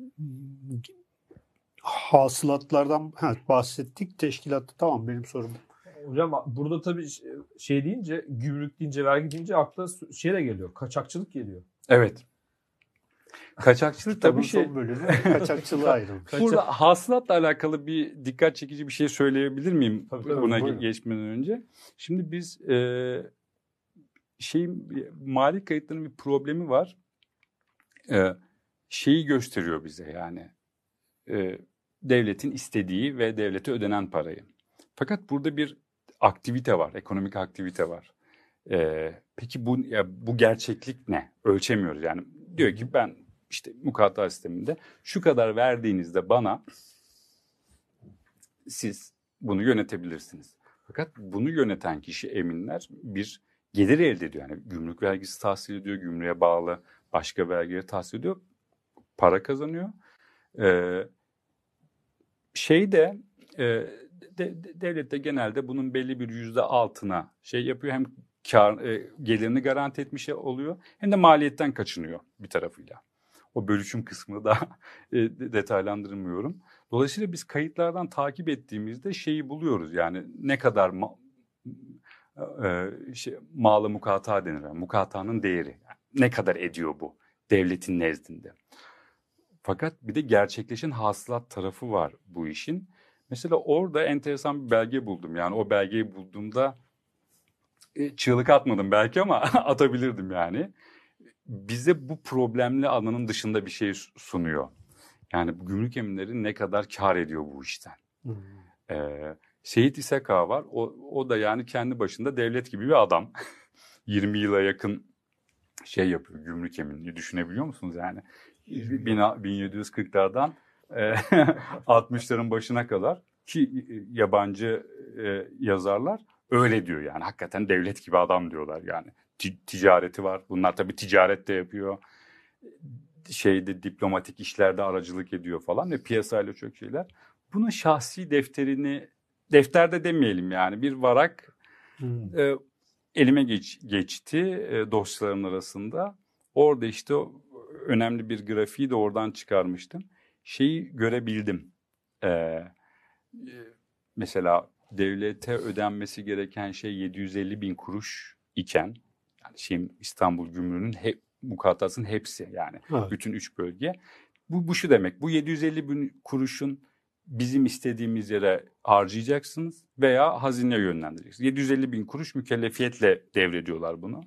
hasılatlardan ha, bahsettik. Teşkilatta tamam, benim sorum. Hocam burada tabii şey deyince, gümrük deyince, vergi deyince akla şey de geliyor. Kaçakçılık geliyor. Evet. Kaçakçılık da bir şey. Son bölümü kaçakçılığa ayrılmış. Burada hasılatla alakalı bir dikkat çekici bir şey söyleyebilir miyim? Tabii, tabii, buna buyurun. Geçmeden önce. Şimdi biz e, şeyin mali kayıtlarının bir problemi var. E, şeyi gösteriyor bize, yani e, devletin istediği ve devlete ödenen parayı. Fakat burada bir aktivite var, ekonomik aktivite var. E, peki bu ya, bu gerçeklik ne? Ölçemiyoruz yani. Diyor ki ben işte mukata sisteminde şu kadar verdiğinizde bana siz bunu yönetebilirsiniz. Fakat bunu yöneten kişi, eminler, bir gelir elde ediyor. Yani gümrük vergisi tahsil ediyor, gümrüğe bağlı başka vergileri tahsil ediyor, para kazanıyor. Ee, şey de, e, de, de devlet de genelde bunun belli bir yüzde altına şey yapıyor. Hem kar, e, gelirini garanti etmiş oluyor, hem de maliyetten kaçınıyor bir tarafıyla. O bölüşüm kısmını da e, detaylandırmıyorum. Dolayısıyla biz kayıtlardan takip ettiğimizde şeyi buluyoruz, yani ne kadar ma, e, şey, malı mukata denir. Yani mukatanın değeri. Yani ne kadar ediyor bu devletin nezdinde. Fakat bir de gerçekleşen hasılat tarafı var bu işin. Mesela orada enteresan bir belge buldum. Yani o belgeyi bulduğumda e, çığlık atmadım belki ama atabilirdim yani. Bize bu problemli alanın dışında bir şey sunuyor. Yani bu gümrük eminleri ne kadar kar ediyor bu işten. Hmm. Ee, Seyit İshak Ağa var. O, o da yani kendi başında devlet gibi bir adam. yirmi yıla yakın şey yapıyor, gümrük eminliği. Düşünebiliyor musunuz yani? bin yedi yüz kırklardan e, altmışların başına kadar, ki yabancı e, yazarlar öyle diyor yani. Hakikaten devlet gibi adam diyorlar yani. T- ticareti var. Bunlar tabii ticaret de yapıyor. Şeyde, diplomatik işlerde aracılık ediyor falan ve piyasayla çok şeyler. Bunun şahsi defterini, defterde demeyelim yani, bir varak hmm. e, elime geç, geçti e, dosyaların arasında. Orada işte o, önemli bir grafiği de oradan çıkarmıştım. Şeyi görebildim. Ee, mesela devlete ödenmesi gereken şey yedi yüz elli bin kuruş iken, yani şeyin, İstanbul Gümrüğü'nün hep, mukatasının hepsi yani, evet. Bütün üç bölge. Bu, bu şu demek, bu yedi yüz elli bin kuruşun bizim istediğimiz yere harcayacaksınız veya hazineye yönlendireceksiniz. yedi yüz elli bin kuruş mükellefiyetle devrediyorlar bunu.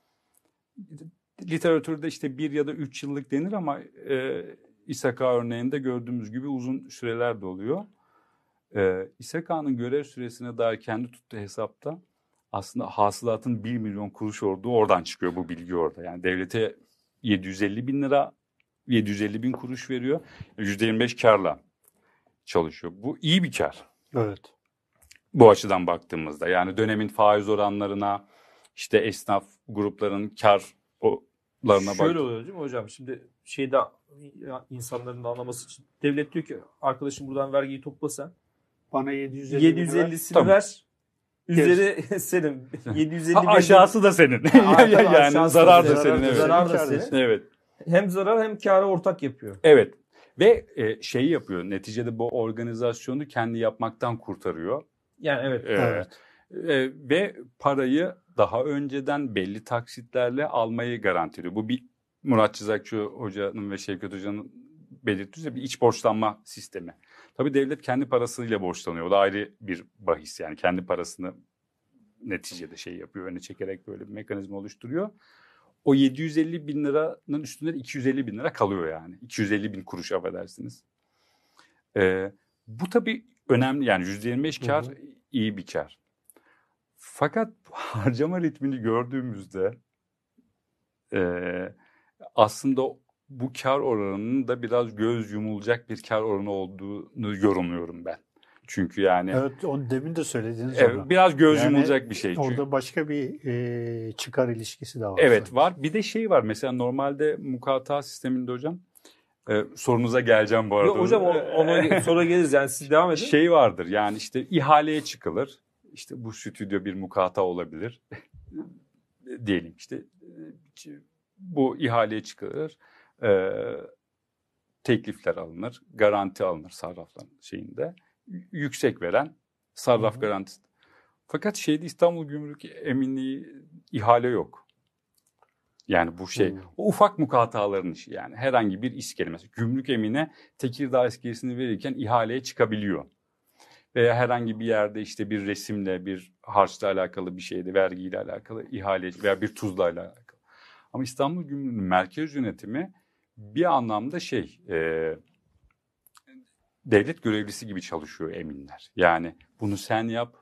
Literatürde işte bir ya da üç yıllık denir ama e, İ S K örneğinde gördüğümüz gibi uzun süreler de oluyor. E, İ S K'nın görev süresine dair kendi tuttuğu hesapta aslında hasılatın bir milyon kuruş olduğu oradan çıkıyor, bu bilgi orada. Yani devlete yedi yüz elli bin lira, yedi yüz elli bin kuruş veriyor. yüzde yirmi beş karla çalışıyor. Bu iyi bir kar. Evet. Bu açıdan baktığımızda yani dönemin faiz oranlarına, işte esnaf grupların karlarına Şöyle bak. oluyor değil mi hocam? Şimdi şeyde insanların da anlaması için devlet diyor ki arkadaşım buradan vergiyi topla sen. Bana yedi yüz elli yedi yüz ellisini Tamam. ver. Üzeri senin. yedi yüz elli Ha, aşağısı da senin. yani aşağısı zarar da da senin, senin. Evet. zarar da Kar da senin. Evet. Hem zarar hem kârı ortak yapıyor. Evet. Ve e, şeyi yapıyor. Neticede bu organizasyonu kendi yapmaktan kurtarıyor. Yani evet. Ee, Evet. e, ve parayı daha önceden belli taksitlerle almayı garanti ediyor. Bu bir Murat Çizakçı Hoca'nın ve Şevket Hoca'nın belirttiği bir iç borçlanma sistemi. Tabii devlet kendi parasıyla borçlanıyor. O da ayrı bir bahis yani. Kendi parasını neticede şey yapıyor. Öne çekerek böyle bir mekanizma oluşturuyor. O yedi yüz elli bin liranın üstünde de iki yüz elli bin lira kalıyor yani. iki yüz elli bin kuruş affedersiniz. Ee, bu tabii önemli yani yüzde yirmi beş kar, hı hı, iyi bir kar. Fakat harcama ritmini gördüğümüzde e, aslında bu kar oranının da biraz göz yumulacak bir kar oranı olduğunu yorumluyorum ben. Çünkü yani evet, onu demin de söylediniz evet, onu. biraz göz yani yumulacak bir şey. Orada Çünkü başka bir e, çıkar ilişkisi de var. Evet sanki. var. Bir de şey var mesela normalde mukata sisteminde hocam e, sorunuza geleceğim bu arada. Yok hocam ona sonra geliriz yani siz devam edin. Şey vardır yani işte ihaleye çıkılır. İşte bu stüdyo bir mukata olabilir. Diyelim işte bu ihaleye çıkılır. E, teklifler alınır. Garanti alınır sarrafların şeyinde. Yüksek veren sarraf, hı hı, garantisi. Fakat şeyde İstanbul Gümrük Eminliği ihale yok. Yani bu şey, hmm. o ufak mukataların işi yani. Herhangi bir iskele mesela Gümrük Emine Tekirdağ iskelesini verirken ihaleye çıkabiliyor. Veya herhangi bir yerde işte bir resimle, bir harçla alakalı bir şeyde, vergiyle alakalı ihale veya bir tuzlayla alakalı. Ama İstanbul Gümrük'ün merkez yönetimi bir anlamda şey, e, devlet görevlisi gibi çalışıyor eminler. Yani bunu sen yap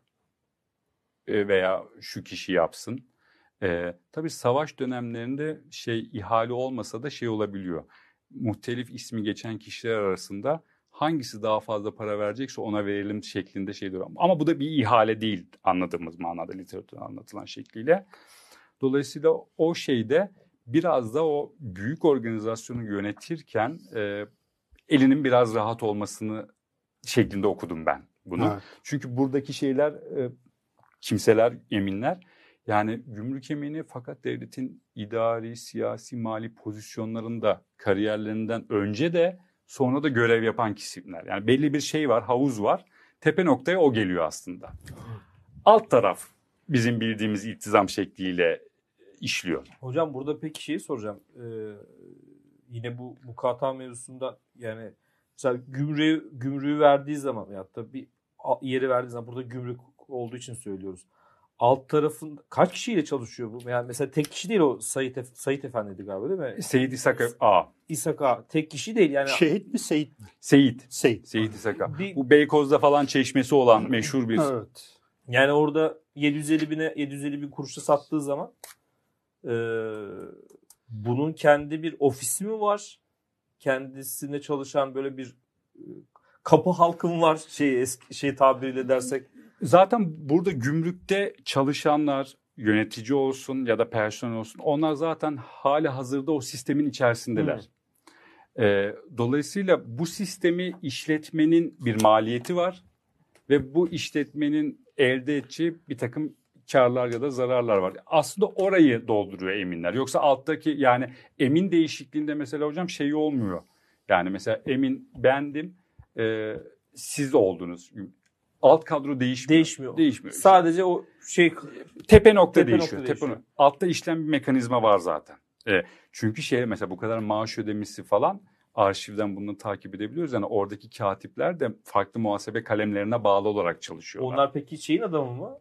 veya şu kişi yapsın. Ee, tabii savaş dönemlerinde şey ihale olmasa da şey olabiliyor. Muhtelif ismi geçen kişiler arasında hangisi daha fazla para verecekse ona verelim şeklinde şey diyor. Ama bu da bir ihale değil anladığımız manada literatürde anlatılan şekliyle. Dolayısıyla o şeyde biraz da o büyük organizasyonu yönetirken e, elinin biraz rahat olmasını şeklinde okudum ben bunu. Evet. Çünkü buradaki şeyler e, kimseler, eminler yani gümrük emini fakat devletin idari, siyasi, mali pozisyonlarında kariyerlerinden önce de sonra da görev yapan kişiler. Yani belli bir şey var, havuz var. Tepe noktaya o geliyor aslında. Alt taraf bizim bildiğimiz iltizam şekliyle işliyor. Hocam burada peki şeyi soracağım. Ee, yine bu mukata mevzusunda yani mesela gümrüğü, gümrüğü verdiği zaman ya da bir yeri verdiği zaman burada gümrük olduğu için söylüyoruz. Alt tarafın kaç kişiyle çalışıyor bu? Yani mesela tek kişi değil o Sait, Ef- Sait Efendi'ydi galiba değil mi? Seyit İshak A. İshak A. Tek kişi değil yani. Şehit mi Seyit mi? Seyit. Seyit. Seyit İshak A. Bir... Bu Beykoz'da falan çeşmesi olan meşhur bir. Evet. Yani orada yedi yüz elli bine yedi yüz elli bin kuruşa sattığı zaman e, bunun kendi bir ofisi mi var? Kendisine çalışan böyle bir e, kapı halkım var şey eski şey tabiriyle dersek. Zaten burada gümrükte çalışanlar, yönetici olsun ya da personel olsun onlar zaten hali hazırda o sistemin içerisindeler. Hmm. Ee, dolayısıyla bu sistemi işletmenin bir maliyeti var ve bu işletmenin elde edeceği bir takım karlar ya da zararlar var. Aslında orayı dolduruyor eminler. Yoksa alttaki yani emin değişikliğinde mesela hocam şey olmuyor. Yani mesela emin bendim, e, siz oldunuz. Alt kadro değişmiyor. Değişmiyor. Değişmiyor. Sadece o şey tepe nokta tepe değişiyor. Nokta tepe değişiyor. Nokta. Altta işlem bir mekanizma var zaten. E, çünkü şey mesela bu kadar maaş ödemesi falan arşivden bunu takip edebiliyoruz. Yani oradaki katipler de farklı muhasebe kalemlerine bağlı olarak çalışıyorlar. Onlar peki şeyin adamı mı?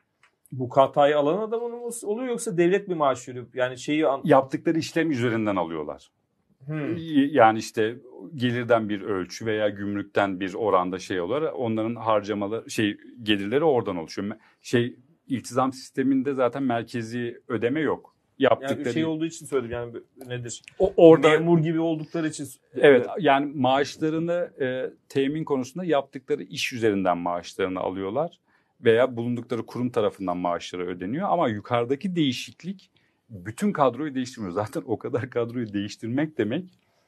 Bu hatayı alan adamı mı oluyor yoksa devlet mi maaş veriyor? Yani şeyi an- Yaptıkları işlem üzerinden alıyorlar. Hmm. Yani işte gelirden bir ölçü veya gümrükten bir oranda şey olarak onların harcamaları şey gelirleri oradan oluşuyor. Şey iltizam sisteminde zaten merkezi ödeme yok. Yaptıkları Yani şey olduğu için söyledim yani nedir? O, orada memur gibi oldukları için. Evet, yani maaşlarını e, temin konusunda yaptıkları iş üzerinden maaşlarını alıyorlar veya bulundukları kurum tarafından maaşları ödeniyor ama yukarıdaki değişiklik bütün kadroyu değiştirmiyor. Zaten o kadar kadroyu değiştirmek demek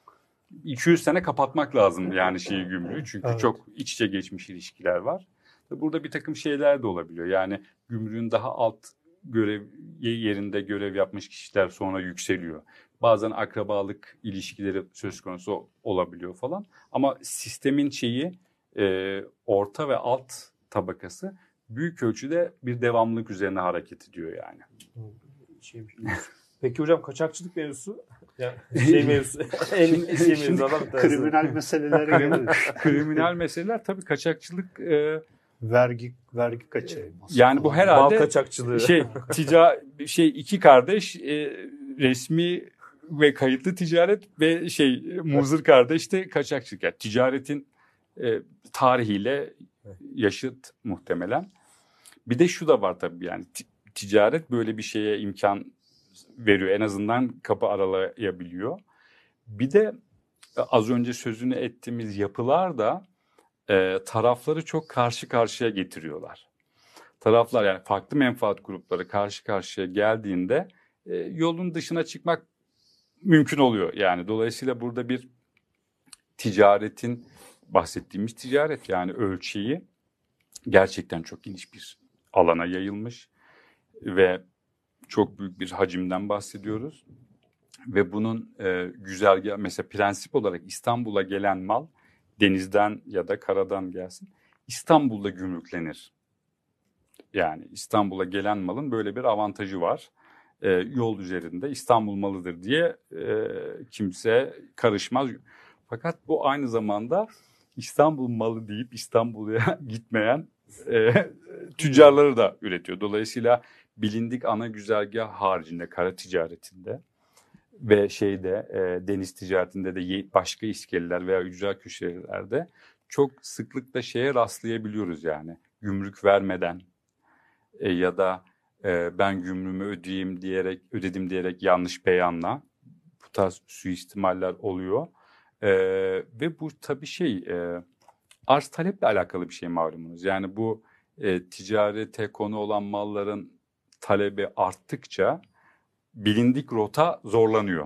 iki yüz sene kapatmak lazım yani şeyi gümrüğü. Çünkü Evet. çok iç içe geçmiş ilişkiler var. Burada bir takım şeyler de olabiliyor. Yani gümrüğün daha alt görev yerinde görev yapmış kişiler sonra yükseliyor. Bazen akrabalık ilişkileri söz konusu olabiliyor falan. Ama sistemin şeyi e, orta ve alt tabakası büyük ölçüde bir devamlılık üzerine hareket ediyor yani. Şey, peki hocam kaçakçılık mevzusu? Yani şey mevzusu. en şey mevzu adam bir tanesi. Kriminal meselelere gelir. Kriminal meseleler tabii kaçakçılık e, vergi vergi kaçırılması. yani bu herhalde Bal kaçakçılığı. şey tica şey iki kardeş e, resmi ve kayıtlı ticaret ve şey muzır kardeş de kaçakçılık. Yani ticaretin e, tarihiyle yaşıt muhtemelen. Bir de şu da var tabii yani t- ticaret böyle bir şeye imkan veriyor. En azından kapı aralayabiliyor. Bir de az önce sözünü ettiğimiz yapılar da e, tarafları çok karşı karşıya getiriyorlar. Taraflar yani farklı menfaat grupları karşı karşıya geldiğinde e, yolun dışına çıkmak mümkün oluyor. Yani dolayısıyla burada bir ticaretin bahsettiğimiz ticaret yani ölçeği gerçekten çok geniş bir alana yayılmış ve çok büyük bir hacimden bahsediyoruz. Ve bunun e, güzergahı mesela prensip olarak İstanbul'a gelen mal denizden ya da karadan gelsin İstanbul'da gümrüklenir. Yani İstanbul'a gelen malın böyle bir avantajı var. E, yol üzerinde İstanbul malıdır diye e, kimse karışmaz. Fakat bu aynı zamanda İstanbul malı deyip İstanbul'a gitmeyen e, tüccarları da üretiyor. Dolayısıyla bilindik ana güzergah haricinde kara ticaretinde ve şeyde e, deniz ticaretinde de başka iskeleler veya ücra köşelerde çok sıklıkla şeye rastlayabiliyoruz yani. Gümrük vermeden e, ya da e, ben gümrüğümü ödeyeyim diyerek ödedim diyerek yanlış beyanla bu tarz suistimaller oluyor. E, ve bu tabii şey e, arz taleple alakalı bir şey malumunuz. Yani bu e, ticarete konu olan malların talebi arttıkça bilindik rota zorlanıyor.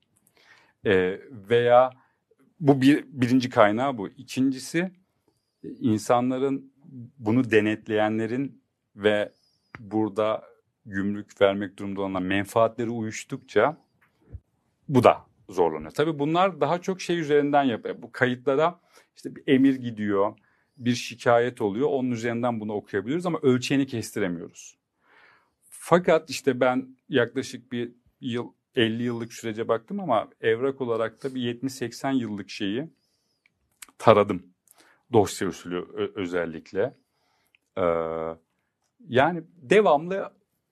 E, veya bu bir birinci kaynağı bu. İkincisi insanların bunu denetleyenlerin ve burada gümrük vermek durumunda olan menfaatleri uyuştukça bu da zorlanıyor. Tabii bunlar daha çok şey üzerinden yapıyor. Bu kayıtlara işte bir emir gidiyor, bir şikayet oluyor. Onun üzerinden bunu okuyabiliyoruz ama ölçeğini kestiremiyoruz. Fakat işte ben yaklaşık bir yıl elli yıllık sürece baktım ama evrak olarak da bir yetmiş seksen yıllık şeyi taradım. Dosya usulü özellikle. Ee, yani devamlı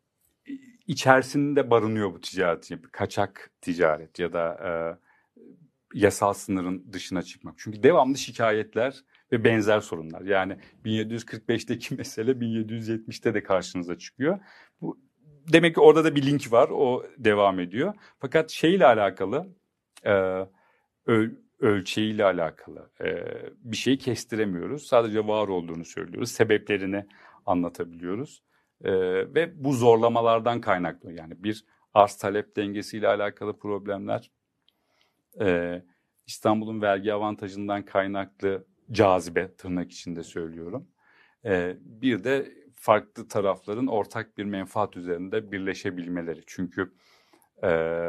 içerisinde barınıyor bu ticaret. Kaçak ticaret ya da e, yasal sınırın dışına çıkmak. Çünkü devamlı şikayetler ve benzer sorunlar. Yani bin yedi yüz kırk beşteki mesele bin yedi yüz yetmişte de karşınıza çıkıyor. Bu demek ki orada da bir link var. O devam ediyor. Fakat şeyle alakalı e, öl, ölçeğiyle alakalı e, bir şeyi kestiremiyoruz. Sadece var olduğunu söylüyoruz. Sebeplerini anlatabiliyoruz. E, ve bu zorlamalardan kaynaklı. Yani bir arz talep dengesiyle alakalı problemler, e, İstanbul'un vergi avantajından kaynaklı cazibe tırnak içinde söylüyorum. E, bir de farklı tarafların ortak bir menfaat üzerinde birleşebilmeleri. Çünkü e,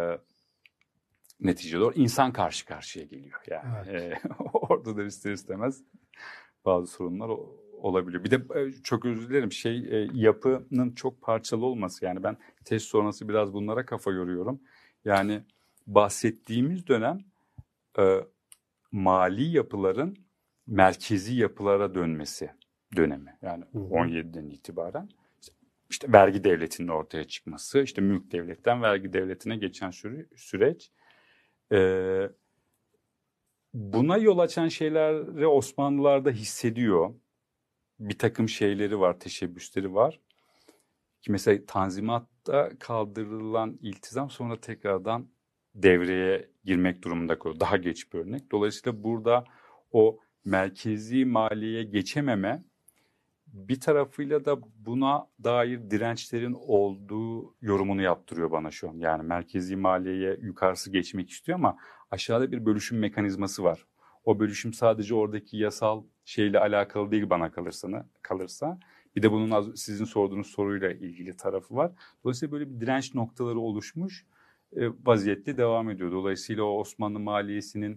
neticede insan karşı karşıya geliyor. Yani evet. e, orada da ister istemez bazı sorunlar olabiliyor. Bir de çok özür dilerim şey e, yapının çok parçalı olması. Yani ben test sonrası biraz bunlara kafa yoruyorum. Yani bahsettiğimiz dönem e, mali yapıların merkezi yapılara dönmesi dönemi. Yani Hı hı. on yediden itibaren işte vergi devletinin ortaya çıkması, işte mülk devletten vergi devletine geçen süre, süreç. Ee, buna yol açan şeyleri Osmanlılar da hissediyor. Bir takım şeyleri var, teşebbüsleri var. Ki mesela Tanzimat'ta kaldırılan iltizam sonra tekrardan devreye girmek durumunda kalıyor. Daha geç bir örnek. Dolayısıyla burada o merkezi maliyeye geçememe bir tarafıyla da buna dair dirençlerin olduğu yorumunu yaptırıyor bana şu an. Yani merkezi maliyeye yukarısı geçmek istiyor ama aşağıda bir bölüşüm mekanizması var. O bölüşüm sadece oradaki yasal şeyle alakalı değil bana kalırsa. kalırsa. Bir de bunun az, sizin sorduğunuz soruyla ilgili tarafı var. Dolayısıyla böyle bir direnç noktaları oluşmuş e, vaziyette devam ediyor. Dolayısıyla o Osmanlı maliyesinin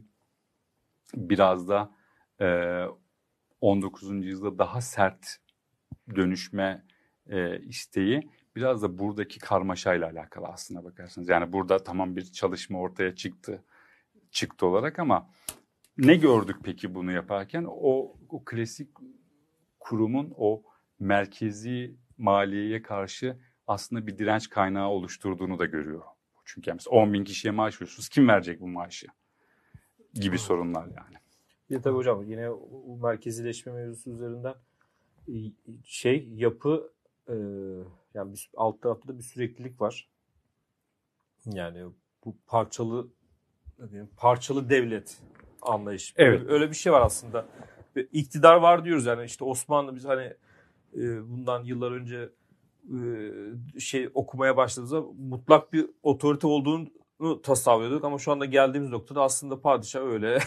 biraz da e, on dokuzuncu yüzyılda daha sert dönüşme e, isteği biraz da buradaki karmaşayla alakalı aslına bakarsanız. Yani burada tamam bir çalışma ortaya çıktı çıktı olarak ama ne gördük peki bunu yaparken? O, o klasik kurumun o merkezi maliyeye karşı aslında bir direnç kaynağı oluşturduğunu da görüyor. Çünkü mesela on bin kişiye maaş veriyorsunuz. Kim verecek bu maaşı? Gibi sorunlar yani. Bir de tabii hocam yine o merkezileşme mevzusu üzerinden şey yapı e, yani bir, alt tarafta da bir süreklilik var. Yani bu parçalı diyeyim, parçalı devlet anlayışı. Evet. Öyle, öyle bir şey var aslında. Ve iktidar var diyoruz yani işte Osmanlı biz hani e, bundan yıllar önce e, şey okumaya başladığımızda mutlak bir otorite olduğunu tasavvur ediyorduk ama şu anda geldiğimiz noktada aslında padişah öyle.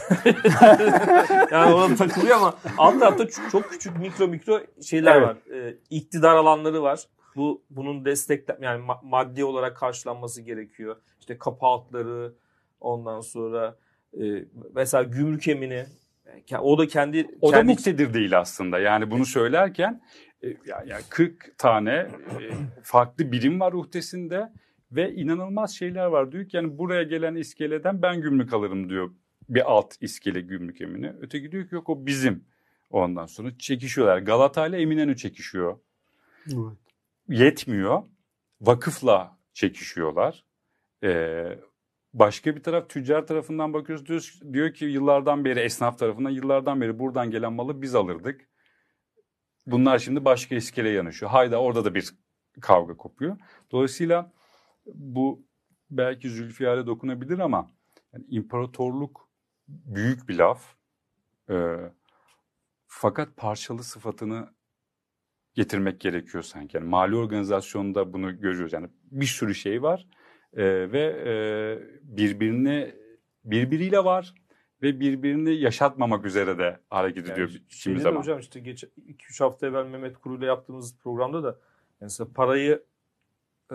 Yani ona takılıyor ama alt tarafta çok, çok küçük mikro mikro şeyler Evet. var. E, iktidar alanları var. Bu bunun destekle yani ma- maddi olarak karşılanması gerekiyor. İşte kapı altları ondan sonra e, mesela gümrük emini o da kendi O kendi da muktedir değil aslında. Yani bunu söylerken e, yani kırk tane e, farklı birim var uhdesinde ve inanılmaz şeyler var. Diyor ki yani buraya gelen iskeleden ben gümrük alırım diyor. Bir alt iskele gümrük emini. Öteki diyor ki yok o bizim. Ondan sonra çekişiyorlar. Galata ile Eminönü çekişiyor. Evet. Yetmiyor. Vakıfla çekişiyorlar. Ee, başka bir taraf tüccar tarafından bakıyoruz. Diyor, diyor ki yıllardan beri esnaf tarafından yıllardan beri buradan gelen malı biz alırdık. Bunlar şimdi başka iskele yanaşıyor. Hayda orada da bir kavga kopuyor. Dolayısıyla bu belki Zülfiyar'a dokunabilir ama yani imparatorluk büyük bir laf. Ee, fakat parçalı sıfatını getirmek gerekiyor sanki. Yani mali organizasyonda bunu görüyoruz. Yani bir sürü şey var ee, ve e, birbirini birbiriyle var ve birbirini yaşatmamak üzere de hareket ediyor yani kimi şeyde de zaman. hocam işte geç iki üç hafta evvel Mehmet Kuru ile yaptığımız programda da mesela parayı e,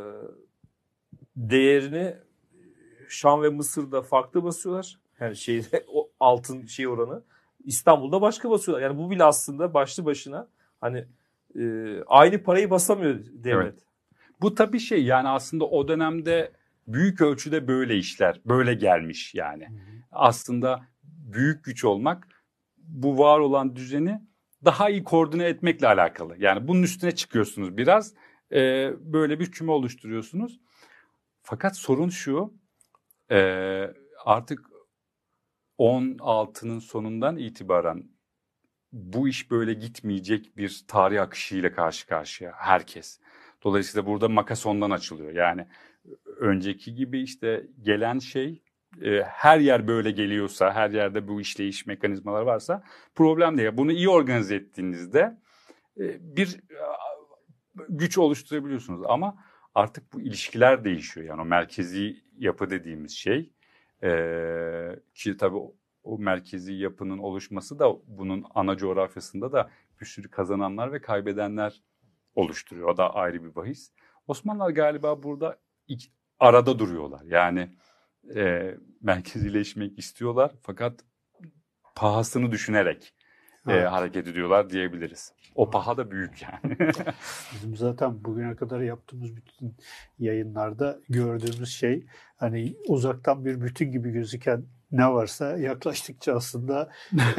değerini Şam ve Mısır'da farklı basıyorlar. Yani şeyde o altın şey oranı İstanbul'da başka basıyorlar. Yani bu bile aslında başlı başına hani e, aynı parayı basamıyor devlet. Evet. Bu tabii şey yani aslında o dönemde büyük ölçüde böyle işler, böyle gelmiş yani. Hı hı. Aslında büyük güç olmak bu var olan düzeni daha iyi koordine etmekle alakalı. Yani bunun üstüne çıkıyorsunuz biraz, e, böyle bir küme oluşturuyorsunuz. Fakat sorun şu, e, artık on altının sonundan itibaren bu iş böyle gitmeyecek bir tarih akışıyla karşı karşıya herkes. Dolayısıyla burada makas ondan açılıyor. Yani önceki gibi işte gelen şey e, her yer böyle geliyorsa, her yerde bu işleyiş mekanizmalar varsa problem değil. Bunu iyi organize ettiğinizde e, bir e, güç oluşturabiliyorsunuz. Ama artık bu ilişkiler değişiyor. Yani o merkezi yapı dediğimiz şey e, ki tabii o, o merkezi yapının oluşması da bunun ana coğrafyasında da bir sürü kazananlar ve kaybedenler oluşturuyor. O da ayrı bir bahis. Osmanlılar galiba burada iki, arada duruyorlar. Yani e, merkezileşmek istiyorlar fakat pahasını düşünerek evet. e, hareket ediyorlar diyebiliriz. O paha da büyük yani. Bizim zaten bugüne kadar yaptığımız bütün yayınlarda gördüğümüz şey hani uzaktan bir bütün gibi gözüken ne varsa yaklaştıkça aslında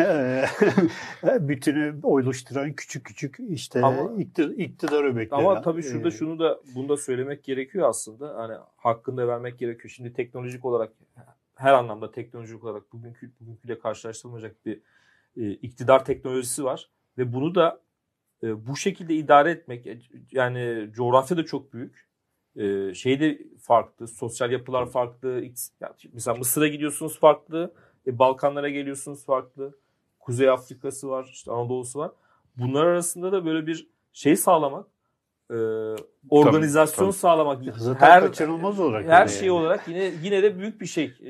bütünü oluşturan küçük küçük işte Ama, iktidar öbekleri. Ama tabii şurada şunu da bunu da söylemek gerekiyor aslında. Hani hakkını da vermek gerekiyor. Şimdi teknolojik olarak her anlamda teknolojik olarak bugünkü bugünküyle karşılaştırılmayacak bir e, iktidar teknolojisi var ve bunu da e, bu şekilde idare etmek, yani coğrafya da çok büyük. E, şey de farklı, sosyal yapılar farklı. Yani mesela Mısır'a gidiyorsunuz farklı, e, Balkanlara geliyorsunuz farklı. Kuzey Afrika'sı var, işte Anadolu'su var. Bunlar arasında da böyle bir şey sağlamak, e, organizasyon tabii, tabii. sağlamak, zaten her kaçınılmaz olarak her şey yani. olarak yine yine de büyük bir şey, e,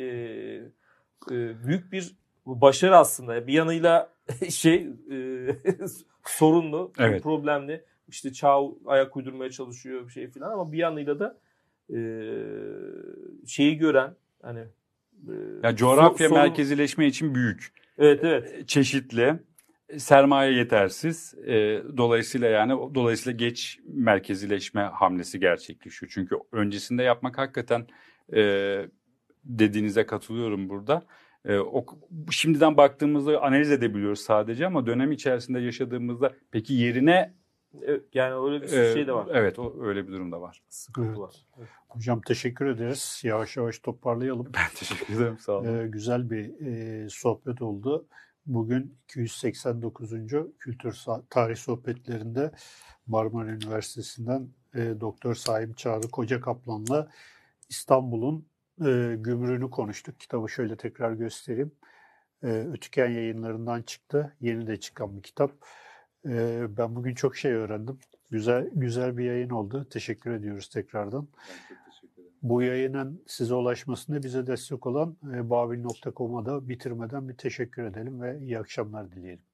e, büyük bir başarı aslında. Bir yanıyla şey e, sorunlu, evet. problemli. İşte çağ ayak uydurmaya çalışıyor bir şey falan, ama bir yanıyla da e, şeyi gören, hani e, ya coğrafya so, sorun... merkezileşme için büyük. Evet evet. Çeşitli, sermaye yetersiz. E, dolayısıyla yani dolayısıyla geç merkezileşme hamlesi gerçekleşiyor. Çünkü öncesinde yapmak hakikaten e, dediğinize katılıyorum burada. E, o, şimdiden baktığımızda analiz edebiliyoruz sadece, ama dönem içerisinde yaşadığımızda peki yerine yani öyle bir e, şey de var. Evet, o öyle bir durum da var. Sıkıntı evet. var. Evet. Hocam teşekkür ederiz. Yavaş yavaş toparlayalım. Ben teşekkür ederim. Sağ olun. Ee, güzel bir e, sohbet oldu. Bugün iki yüz seksen dokuzuncu Kültür Tarih Sohbetlerinde Marmara Üniversitesi'nden e, Doktor Saim Çağrı Kocakaplan'la İstanbul'un e, gümrüğünü konuştuk. Kitabı şöyle tekrar göstereyim. E, Ötüken Yayınlarından çıktı. Yeni de çıkan bir kitap. E, ben bugün çok şey öğrendim. Güzel güzel bir yayın oldu. Teşekkür ediyoruz tekrardan. Ben çok teşekkür ederim. Bu yayının size ulaşmasında bize destek olan e, babil nokta com'a da bitirmeden bir teşekkür edelim ve iyi akşamlar dileyelim.